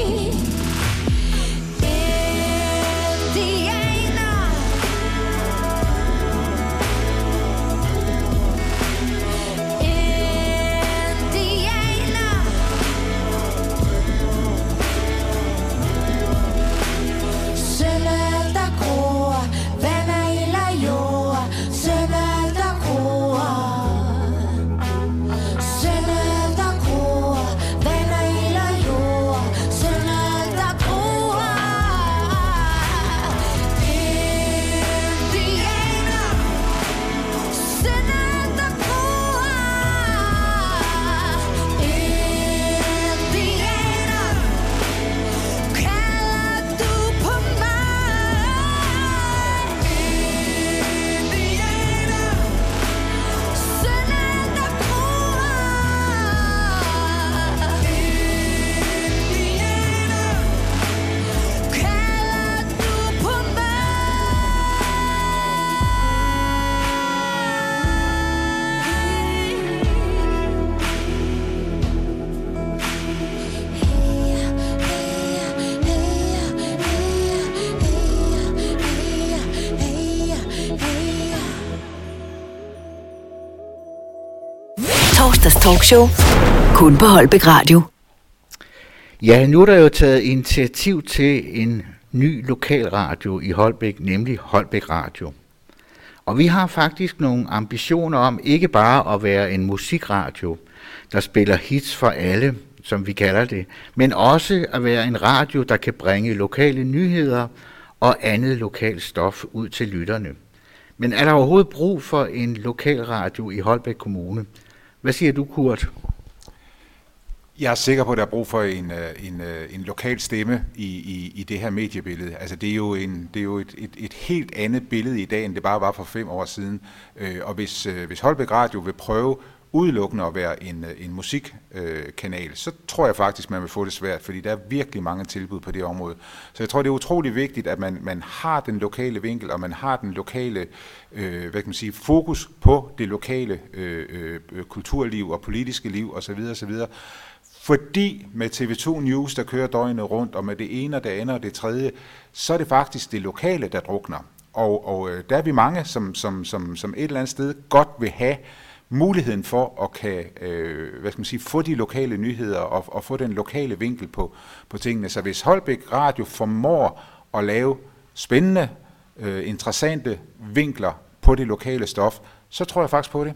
Torsdags talkshow. Kun på Holbæk Radio. Ja, nu er der jo taget initiativ til en ny lokalradio i Holbæk, nemlig Holbæk Radio. Og vi har faktisk nogle ambitioner om ikke bare at være en musikradio, der spiller hits for alle, som vi kalder det, men også at være en radio, der kan bringe lokale nyheder og andet lokalt stof ud til lytterne. Men er der overhovedet brug for en lokalradio i Holbæk Kommune? Hvad siger du, Kurt? Jeg er sikker på, at der er brug for en lokal stemme i det her mediebillede. Altså, det er jo et helt andet billede i dag, end det bare var for 5 år siden. Og hvis Holbæk Radio vil prøve udelukkende at være en musikkanal, så tror jeg faktisk, man vil få det svært, fordi der er virkelig mange tilbud på det område. Så jeg tror, det er utrolig vigtigt, at man har den lokale vinkel, og man har den lokale fokus på det lokale kulturliv og politiske liv osv. osv. Fordi med TV2 News, der kører døgnet rundt, og med det ene og det andet og det tredje, så er det faktisk det lokale, der drukner. Og der er vi mange, som et eller andet sted godt vil have muligheden for at kan få de lokale nyheder og få den lokale vinkel på tingene. Så hvis Holbæk Radio formår at lave spændende, interessante vinkler på det lokale stof, så tror jeg faktisk på det.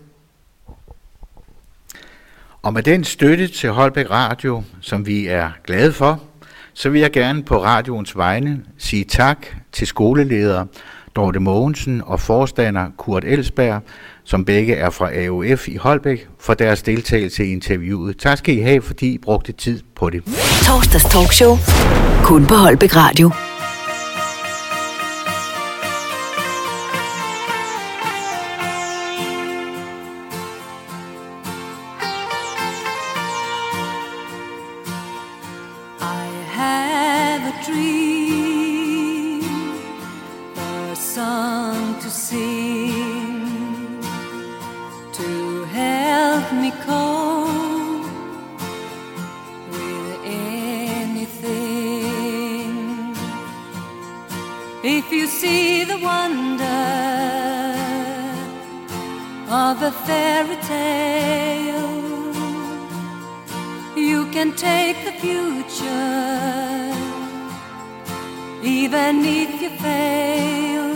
Og med den støtte til Holbæk Radio, som vi er glade for, så vil jeg gerne på radioens vegne sige tak til skoleleder Dorte Mogensen og forstander Kurt Elsberg, som begge er fra AOF i Holbæk, for deres deltagelse i interviewet. Tak skal I have, fordi I brugte tid på det. Torsdags talkshow. Kun på Holbæk Radio. If you see the wonder of a fairy tale, you can take the future, even if you fail.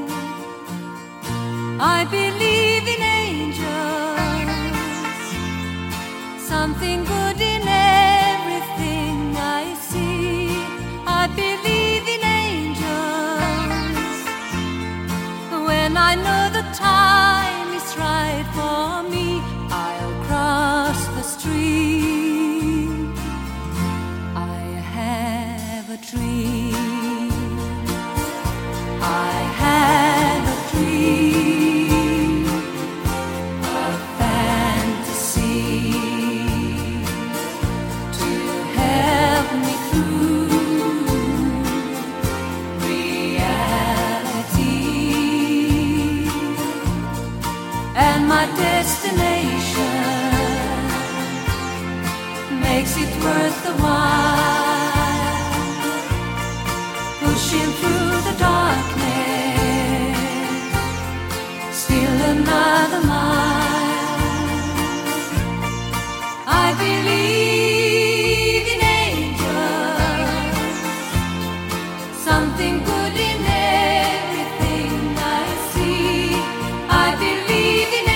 I believe in angels, something good in everything I see. I believe in when I know the time is right for me, I'll cross the street. I have a dream. I have a dream, a fantasy to help me through reality. And my destination makes it worth the while, pushing through the darkness, still another mile. I believe in angels, something good in everything I see. I believe in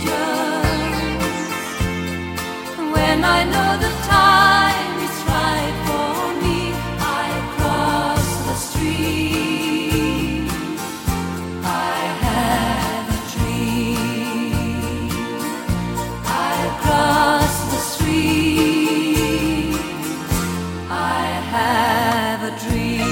when I know the time is right for me, I cross the street. I have a dream. I cross the street. I have a dream.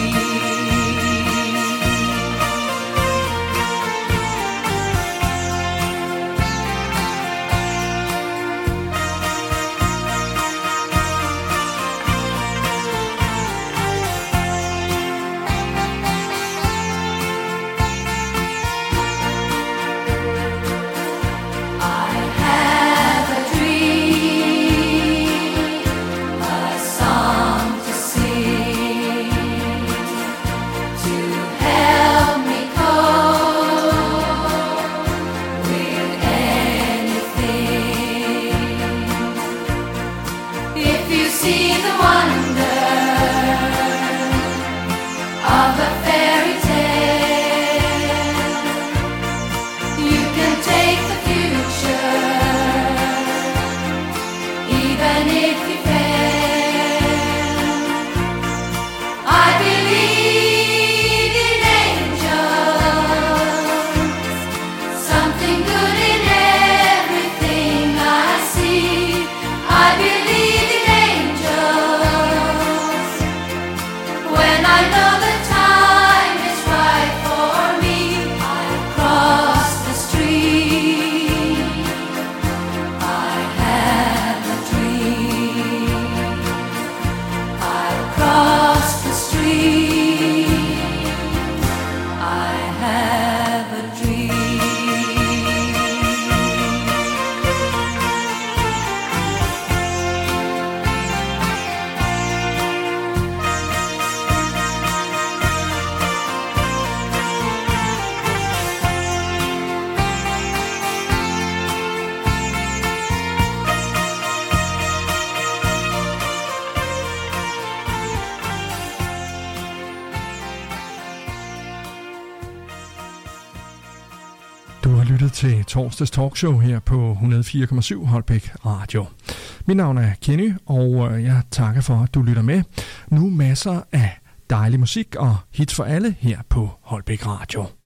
til torsdags talkshow her på 104,7 Holbæk Radio. Mit navn er Kenny, og jeg takker for, at du lytter med. Nu masser af dejlig musik og hits for alle her på Holbæk Radio.